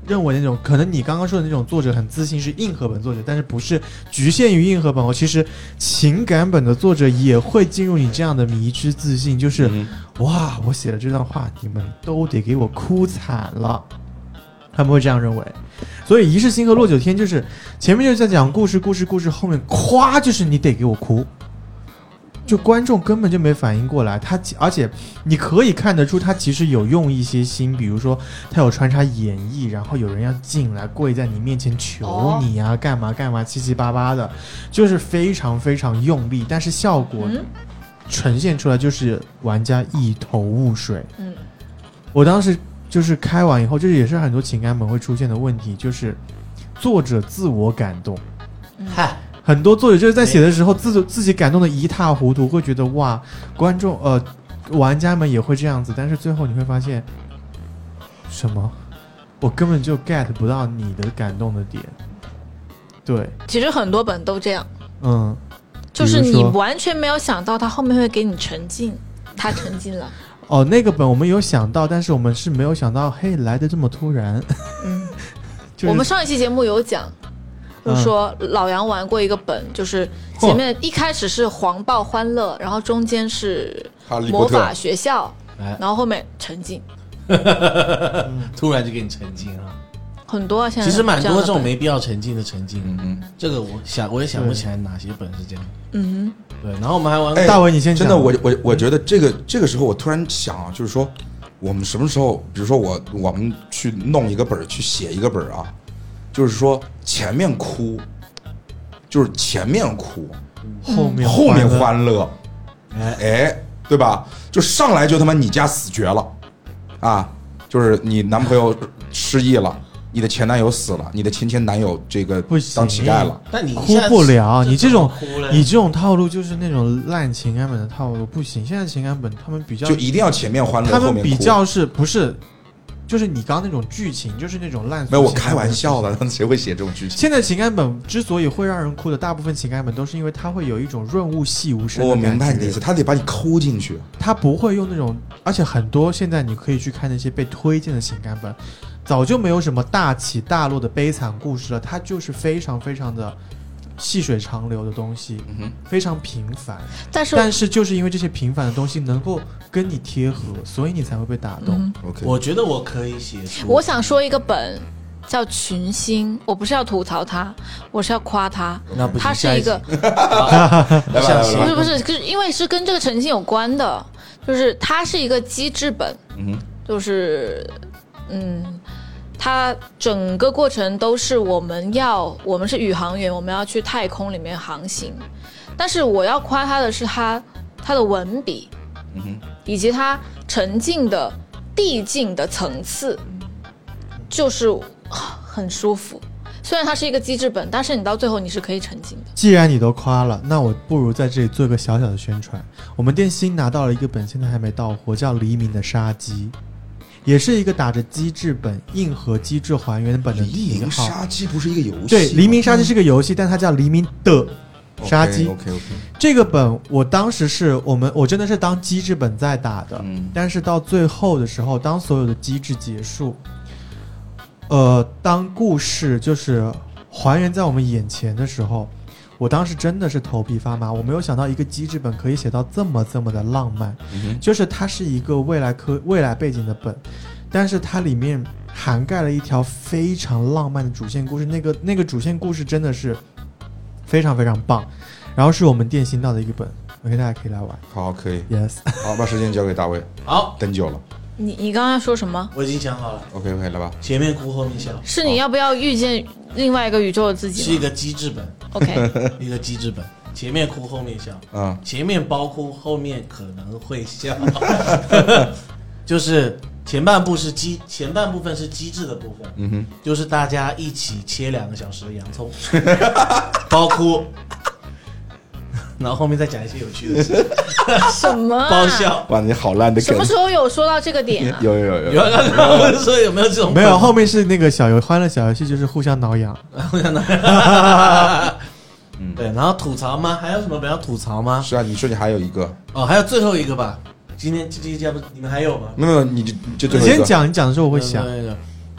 认为那种可能你刚刚说的那种作者很自信是硬核本作者，但是不是局限于硬核本哦。其实情感本的作者也会进入你这样的迷之自信，就是、嗯、哇，我写了这段话，你们都得给我哭惨了，他们会这样认为。所以《一世星河落九天》就是前面就是在讲故事，故事，故事，后面咵就是你得给我哭。就观众根本就没反应过来，他而且你可以看得出他其实有用一些心，比如说他有穿插演绎，然后有人要进来跪在你面前求你啊，干嘛干嘛七七八八的，就是非常非常用力，但是效果呈现出来就是玩家一头雾水。嗯，我当时就是开完以后，这也是很多情感本会出现的问题，就是作者自我感动。嗨。很多作者就是在写的时候自自己感动的一塌糊涂，会觉得哇，观众呃玩家们也会这样子，但是最后你会发现什么？我根本就 get 不到你的感动的点。对， 其实很多本都这样， 嗯， 就是你完全没有想到他后面会给你沉浸，他沉浸了。 哦，那个本我们有想到，但是我们是没有想到，嘿，来的这么突然。 嗯，就是、我们上一期节目有讲。就是说老杨玩过一个本，就是前面一开始是黄暴欢乐，然后中间是魔法学校，然后后面沉浸， 突然就给你沉浸了。 很多啊，现在其实蛮多这种没必要沉浸的沉浸。嗯嗯，这个我想我也想不起来哪些本是这样。 嗯哼，对。然后我们还玩、 哎、大伟，你先讲。 真的，我我我觉得这个这个时候我突然想啊，就是说我们什么时候，比如说我我们去弄一个本去写一个本啊。就是说前面哭，就是前面哭， 后面后面欢乐，哎，对吧？就上来就他妈你家死绝了，啊，就是你男朋友失忆了，你的前男友死了，你的前前男友这个当乞丐了， 但你哭不了，你这种你这种套路就是那种烂情感本的套路，不行。现在情感本他们比较就一定要前面欢乐， 他们比较是不是？就是你刚刚那种剧情，就是那种烂俗。 没有，我开玩笑的，谁会写这种剧情？ 现在情感本之所以会让人哭的，大部分情感本都是因为它会有一种润物细无声的感觉。 我明白你的意思，他得把你抠进去。 他不会用那种，而且很多现在你可以去看那些被推荐的情感本，早就没有什么大起大落的悲惨故事了，它就是非常非常的细水长流的东西，嗯、非常平凡。 但是， 但是就是因为这些平凡的东西能够跟你贴合，所以你才会被打动。 嗯、 OK， 我觉得我可以写出。 我想说一个本叫《群星》，我不是要吐槽它，我是要夸它。 那不它是一个，不是不是，是因为是跟这个沉浸有关的，就是它是一个机制本，嗯、就是嗯。它整个过程都是我们要，我们是宇航员，我们要去太空里面航行。但是我要夸它的是它它的文笔，嗯、以及它沉浸的递进的层次，就是很舒服。虽然它是一个机制本，但是你到最后你是可以沉浸的。 既然你都夸了，那我不如在这里做一个小小的宣传。我们电新拿到了一个本，现在还没到货，叫《黎明的杀机》。也是一个打着机制本硬核机制还原本的黎明杀机不是一个游戏， 对，黎明杀机是个游戏，但它叫黎明的杀机。 OK OK， 这个本我当时是我们我真的是当机制本在打的，嗯，但是到最后的时候，当所有的机制结束，呃，当故事就是还原在我们眼前的时候，我当时真的是头皮发麻，我没有想到一个机制本可以写到这么这么的浪漫，嗯、就是它是一个未来科未来背景的本，但是它里面涵盖了一条非常浪漫的主线故事，那个那个主线故事真的是非常非常棒，然后是我们电新到的一个本 ，OK， 大家可以来玩。 好，可以 ，Yes， 好，把时间交给大卫。 好， 等久了。 你你刚刚说什么？ 我已经想好了。 OK OK， 来吧。 前面哭后面笑。 是你要不要遇见另外一个宇宙的自己？ 是一个机制本。 OK， 一个机制本，前面哭后面笑。 嗯， 前面包哭，后面可能会笑。就是前半部是机，前半部分是机制的部分。嗯哼，就是大家一起切两个小时的洋葱，包哭。然后后面再讲一些有趣的事。 什么、啊？ 爆笑！ 哇，你好烂的梗！ 什么时候有说到这个点啊？ 有有有有。 有刚刚我说有没有这种？ 没有，后面是那个小游欢乐小游戏，就是互相挠痒， 互相挠痒。嗯，对。然后吐槽吗？还有什么比较吐槽吗？ 是啊，你说你还有一个哦，还有最后一个吧。今天这这一家不，你们还有吗？ 没有，你就就最后一个。 你先讲，你讲的时候我会想。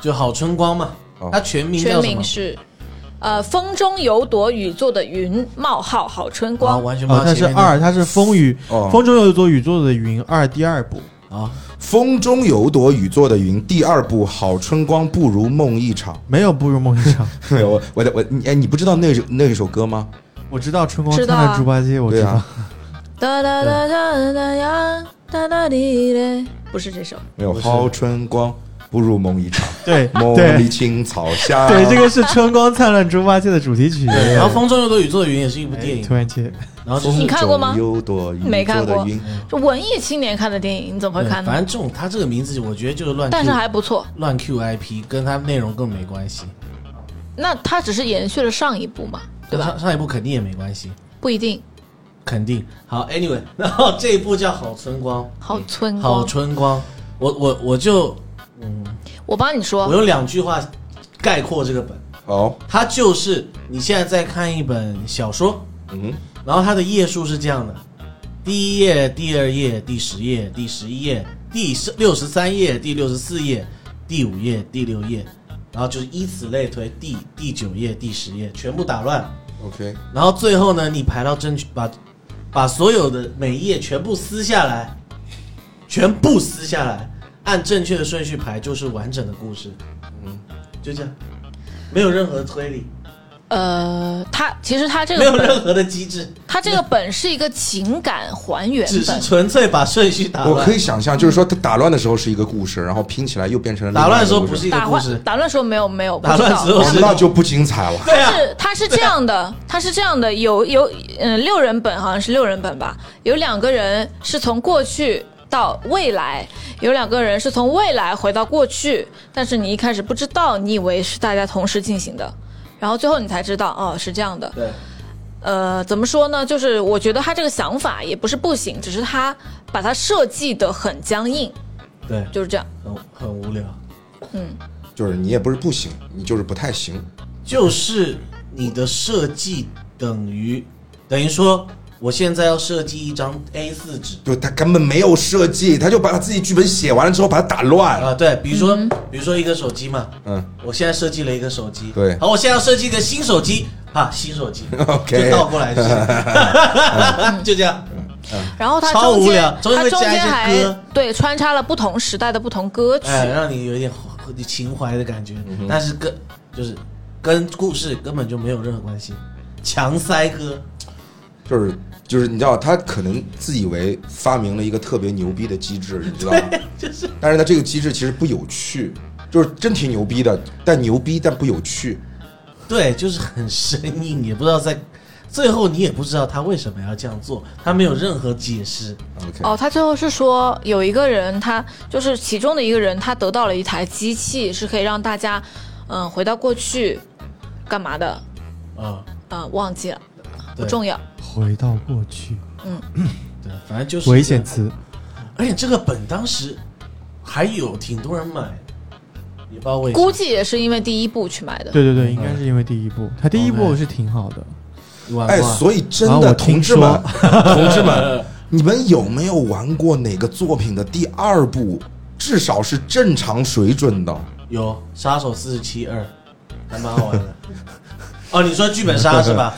就郝春光嘛， 哦他全名全叫什么？ 名是，呃，风中有朵雨做的云，冒号郝春光。 啊，完全不知哦，它道前面的是二，它是风雨， 哦风中有一朵雨做的云二第二部。 啊， 风中有朵雨做的云，第二部好春光不如梦一场。 没有不如梦一场。 没有，我我我你哎，你不知道那首那一首歌吗？ 我知道春光灿知道啊烂猪八戒，我知道。 对啊， 哒哒哒哒哒呀，哒哒滴嘞，不是这首。 没有， 不是好春光不如梦一场。 对梦对里青草下。 对，这个是春光灿烂猪八戒的主题曲。 对，然后风中有朵雨做的云也是一部电影突，然间， 然后就是你看过吗风中有朵雨没看过做的云。 就文艺青年看的电影，你怎么会对看呢？ 反正这种他这个名字，我觉得就是乱 Q， 但是还不错。 乱 Q I P，跟他内容更没关系， 那它只是延续了上一部嘛，对吧？ 上上一部肯定也没关系， 不一定。 肯定。好 ，Anyway，然后这一部叫《好春光》， 好春好光， 春光，我我我就我帮你我说， 用两句话概括这个本， 好， 它就是你现在在看一本小说， 嗯， 然后它的页数是这样的：第一页、第二页、第十页、第十一页、第六十三页、第六十四页、第五页、第六页，然后就是依此类推，第第九页、第十页全部打乱， OK， 然后最后呢，你排到正确，把把所有的每一页全部撕下来，全部撕下来，按正确的顺序排，就是完整的故事。嗯，就这样，没有任何推理， 呃，它其实它这没个本， 有任何的机制， 它这个本是一个情感还原只是本。 纯粹把顺序打乱。 我可以想象，就是说他打乱的时候是一个故事，然后拼起来又变成了另打乱的外一个故事时候不是一个打故事乱，打乱时候没有没有， 打乱不知道时候是那就不精彩了。 对啊， 是它是这样的，它是这样的，有有嗯六人本好像是六人本吧，有两个人是从过去到未来，有两个人是从未来回到过去，但是你一开始不知道，你以为是大家同时进行的，然后最后你才知道哦是这样的。 对， 呃，怎么说呢？就是我觉得他这个想法也不是不行，只是他把它设计的很僵硬， 对， 就是这样。 很很无聊。 嗯， 就是你也不是不行，你就是不太行。 就是你的设计等于等于说，我现在要设计一张 A 四 纸就他根本没有设计，他就把他自己剧本写完了之后把它打乱。 啊，对，比如说、比如说一个手机嘛， 嗯我现在设计了一个手机， 对好，我现在要设计一个新手机啊，新手机 ，OK 就倒过来就行，就这样， 然后他超无中间聊中间他中会加一些间还歌对穿插了不同时代的不同歌曲。 哎，让你有一点情怀的感觉， 嗯但是跟就是跟故事根本就没有任何关系，强塞歌， 就是就是你知道，他可能自以为发明了一个特别牛逼的机制，你知道吗？ 就是但是呢，这个机制其实不有趣，就是真挺牛逼的，但牛逼但不有趣。 对，就是很生硬，也不知道在最后你也不知道他为什么要这样做，他没有任何解释。 OK， 哦，他最后是说有一个人，他就是其中的一个人，他得到了一台机器，是可以让大家嗯回到过去干嘛的？ 啊、 啊、忘记了，不对重要。 回到过去， 对，反正就是危险词。 而且这个本当时还有挺多人买，也不知道为什么。 估计也是因为第一部去买的。 对对对，应该是因为第一部，他第一部 OK 是挺好的。 哎， 你玩过啊所以真的啊我听同志们，同志们，你们有没有玩过哪个作品的第二部，至少是正常水准的？ 有杀手四十七二，还蛮好玩的。哦，你说剧本杀是吧？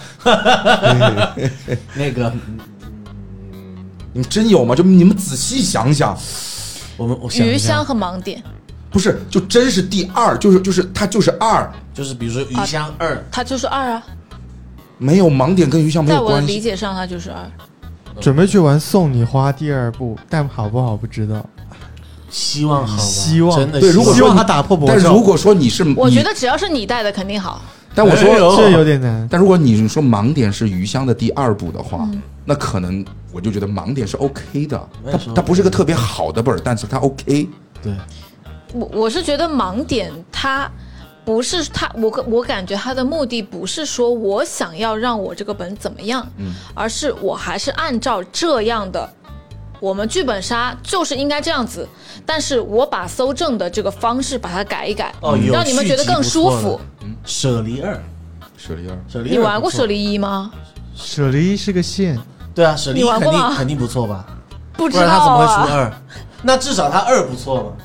那个， 你们真有吗？就你们仔细想想， 我们我想一下余香和盲点， 不是，就真是第二，就是就是它就是二， 就是比如说余香二， 它就是二啊， 没有盲点跟余香没在我的有关系。 理解上，它就是二。 准备去玩送你花第二部，但好不好不知道。 希望好吧， 希望真的对，如果说你希望他打破魔咒但如果说你是，你我觉得只要是你带的肯定好。 但我说没有这有点难。 但如果你说盲点是余香的第二部的话，那可能我就觉得盲点是 OK 的，它我也说它不是个特别好的本儿，但是它 OK。 对， 我我是觉得盲点它不是它，我我感觉它的目的不是说我想要让我这个本怎么样， 嗯而是我还是按照这样的。我们剧本杀就是应该这样子，但是我把搜证的这个方式把它改一改， 哦，有让你们觉得更舒服。 舍离二， 舍利二， 舍离二， 你玩过舍离一吗？ 舍离是个线， 对啊，舍离你玩过吗肯定肯定不错吧？ 不知不然他怎道么会出啊。 二？那至少他二不错嘛。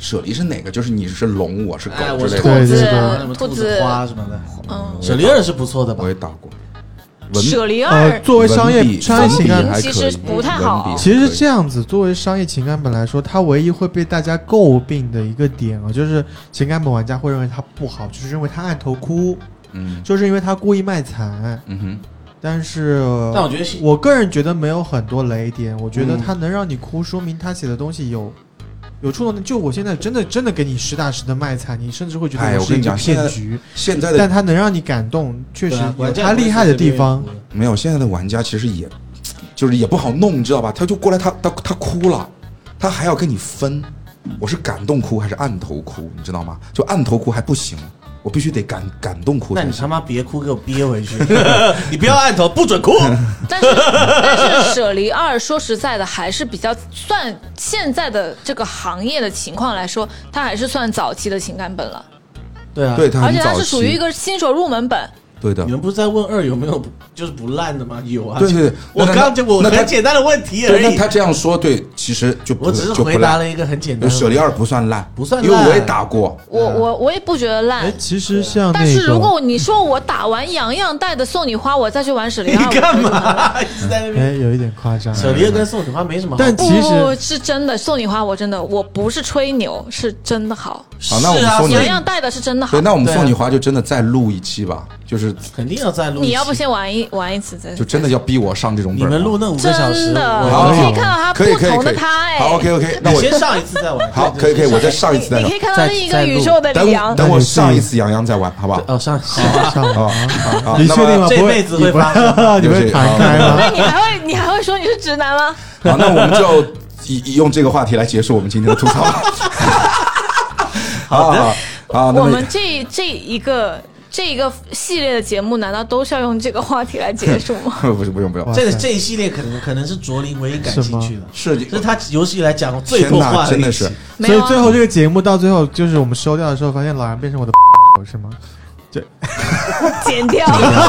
舍离是哪个？就是你是龙，我是狗哎，我是之类的。 兔子， 对对对什么兔兔子子花什么的。 嗯， 舍离二是不错的吧我？也打过。文舍离呃， 二作为商业文笔商业情感文笔还可以其实不太好文笔其实是这样子，作为商业情感本来说，它唯一会被大家诟病的一个点啊，就是情感本玩家会认为它不好，就是认为它按头哭， 嗯就是因为它故意卖惨。 嗯哼， 但是， 但我觉得是我个人觉得没有很多雷点，我觉得嗯它能让你哭，说明他写的东西有有触动的。就我现在真的真的给你实打实的卖惨，你甚至会觉哎我跟你得是一个讲现在骗局， 现在的但它能让你感动，确实对啊有玩家不会它厉害的地方。 随便哭的没有，现在的玩家其实也，就是也不好弄，你知道吧？他就过来他，他他哭了，他还要跟你分，我是感动哭还是按头哭，你知道吗？就按头哭还不行，我必须得感感动哭才行。 那你他妈别哭，给我憋回去！你不要按头，不准哭。 但是但是舍离二说实在的还是比较算现在的这个行业的情况来说，它还是算早期的情感本了， 对啊， 对，他而很早且它是属于一期， 个新手入门本。 对的你，们不是在问二有没有就是不烂的吗？有啊。 对对对我那那刚就我那他很简单的问题而对，那已他。这样说，对，其实就不我只是就不烂。 回答了一个很简单的问题。 舍离二不算烂， 不算因为我也烂打过。 我我我也不觉得烂哎，，其实像那个， 但是如果你说我打完洋洋带的送你花，我再去玩舍离二， 你干我觉得嘛一直在那边？ 哎有一点夸张， 舍离二跟送你花没什么好。 不但其实不是真的，送你花我真的我不是吹牛，是真的好。 好那我们是啊送你所以洋洋带的是真的好对，。那我们对啊送你花就真的再录一期吧，就是肯定要再录一期。 你要不先玩一玩一次再？ 就真的要逼我上这种你本儿吗。 们录那五个小时， 真的， 我好好你可以看到他可以可以可以不同的他哎。 好，OK OK，那你我先上一次再玩。 好，可以可以，我再上一次再聊你可以。看到另一个宇宙的等我李阳。 等我上一次杨洋再玩，好不好？ 哦，上好啊。 上好好， 你确定吗？ 这不会辈子会你不发生你会弹开吗？ 那你还会你还会说你是直男吗？ 好，那我们就以以用这个话题来结束我们今天的吐槽吧。好好好，那么我们这这一个这一个系列的节目，难道都是要用这个话题来结束吗？ 不是不用不用， 哇这个这一系列可能可能是卓林唯一感兴趣的， 是这是他有史以来讲过最天哪， 多话一期真的是。 没有啊所以最后这个节目到最后，就是我们收掉的时候，发现老杨变成我的是吗？ 剪掉。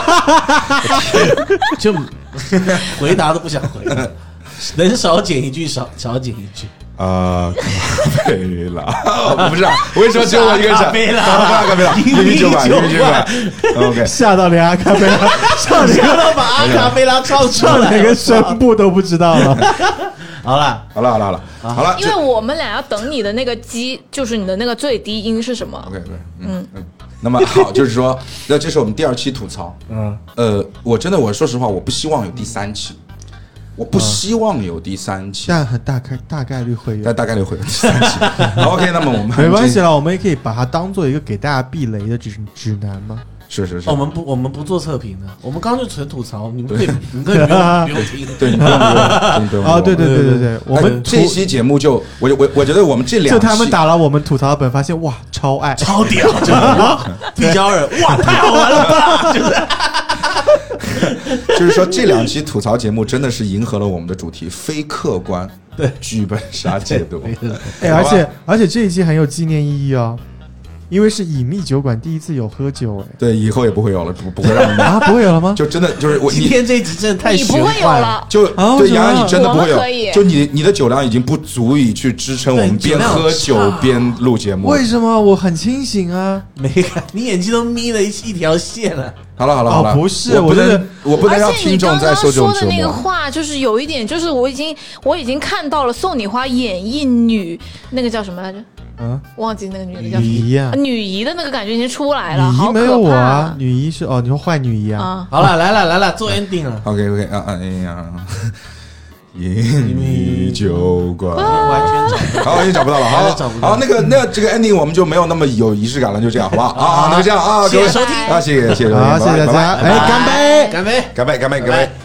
就回答都不想回，能少剪一句少少剪一句。 啊，咖啡啦，不是啊，为什么只有我一个人咖啡啦咖啡啦，一米九百，一米九百，OK。 吓到连阿卡贝拉唱哪个想到把阿卡贝拉唱出唱哪来， 个声部都不知道了。 好了， 好了好了好了好了， 因为我们俩要等你的那个基，就是你的那个最低音是什么？ OK OK，嗯嗯。那么好，就是说，那这是我们第二期吐槽。 嗯， 呃，我真的，我说实话，我不希望有第三期，我不希望有第三期， 但很大概大概率会有但，大概率会有第三期。好 OK，那么我们没关系了，我们也可以把它当做一个给大家避雷的指指南嘛。 是是是， 我们不我们不做测评的，我们刚刚就纯吐槽，你们可以你们可以不用不用听。 对你不用不用，你不用哦，对对对对对，我们吐这期节目就我我我觉得我们这两期就他们打了我们吐槽本，发现哇超爱， 超屌，真的哇！地胶人，哇，太好玩了吧！就是就是说这两期吐槽节目真的是迎合了我们的主题，非客观对剧本杀解读。 哎，而且而且这一期很有纪念意义哦，因为是隐秘酒馆第一次有喝酒，哎对，以后也不会有了，不不会让你们啊不会有了吗？ 就真的就是我你今天这一集真的太你不玄会有幻了。 就啊为什么对洋洋你真的不会我们可以有，就你你的酒量已经不足以去支撑我们边喝酒边录节目。 为什么我很清醒啊？ 没看，你眼睛都眯了一一条线了。 好了好了好了， 哦不是我不能我就是我不能让而且你听众刚刚再受这种说的那个折磨。 话，就是有一点，就是我已经我已经看到了宋你花演绎女那个叫什么来着？ 嗯， 忘记那个女的叫什么女姨啊， 女姨的那个感觉已经出来了，好可怕女姨没有我啊，女姨是哦，你说坏女姨啊？ 啊！ 好了，来了来了，做 ending 了。 OK OK 啊啊哎呀，隐秘酒馆。 完全找不到。 好，已经找不到了。好， 找不到好，那个，那这个 ending 我们就没有那么有仪式感了，就这样，好不好？啊，那就这样啊，各位谢谢收听啊，谢谢，谢谢收听， 好，谢谢大家， 拜拜哎，干杯！ 干杯！ 干杯，干杯，干杯。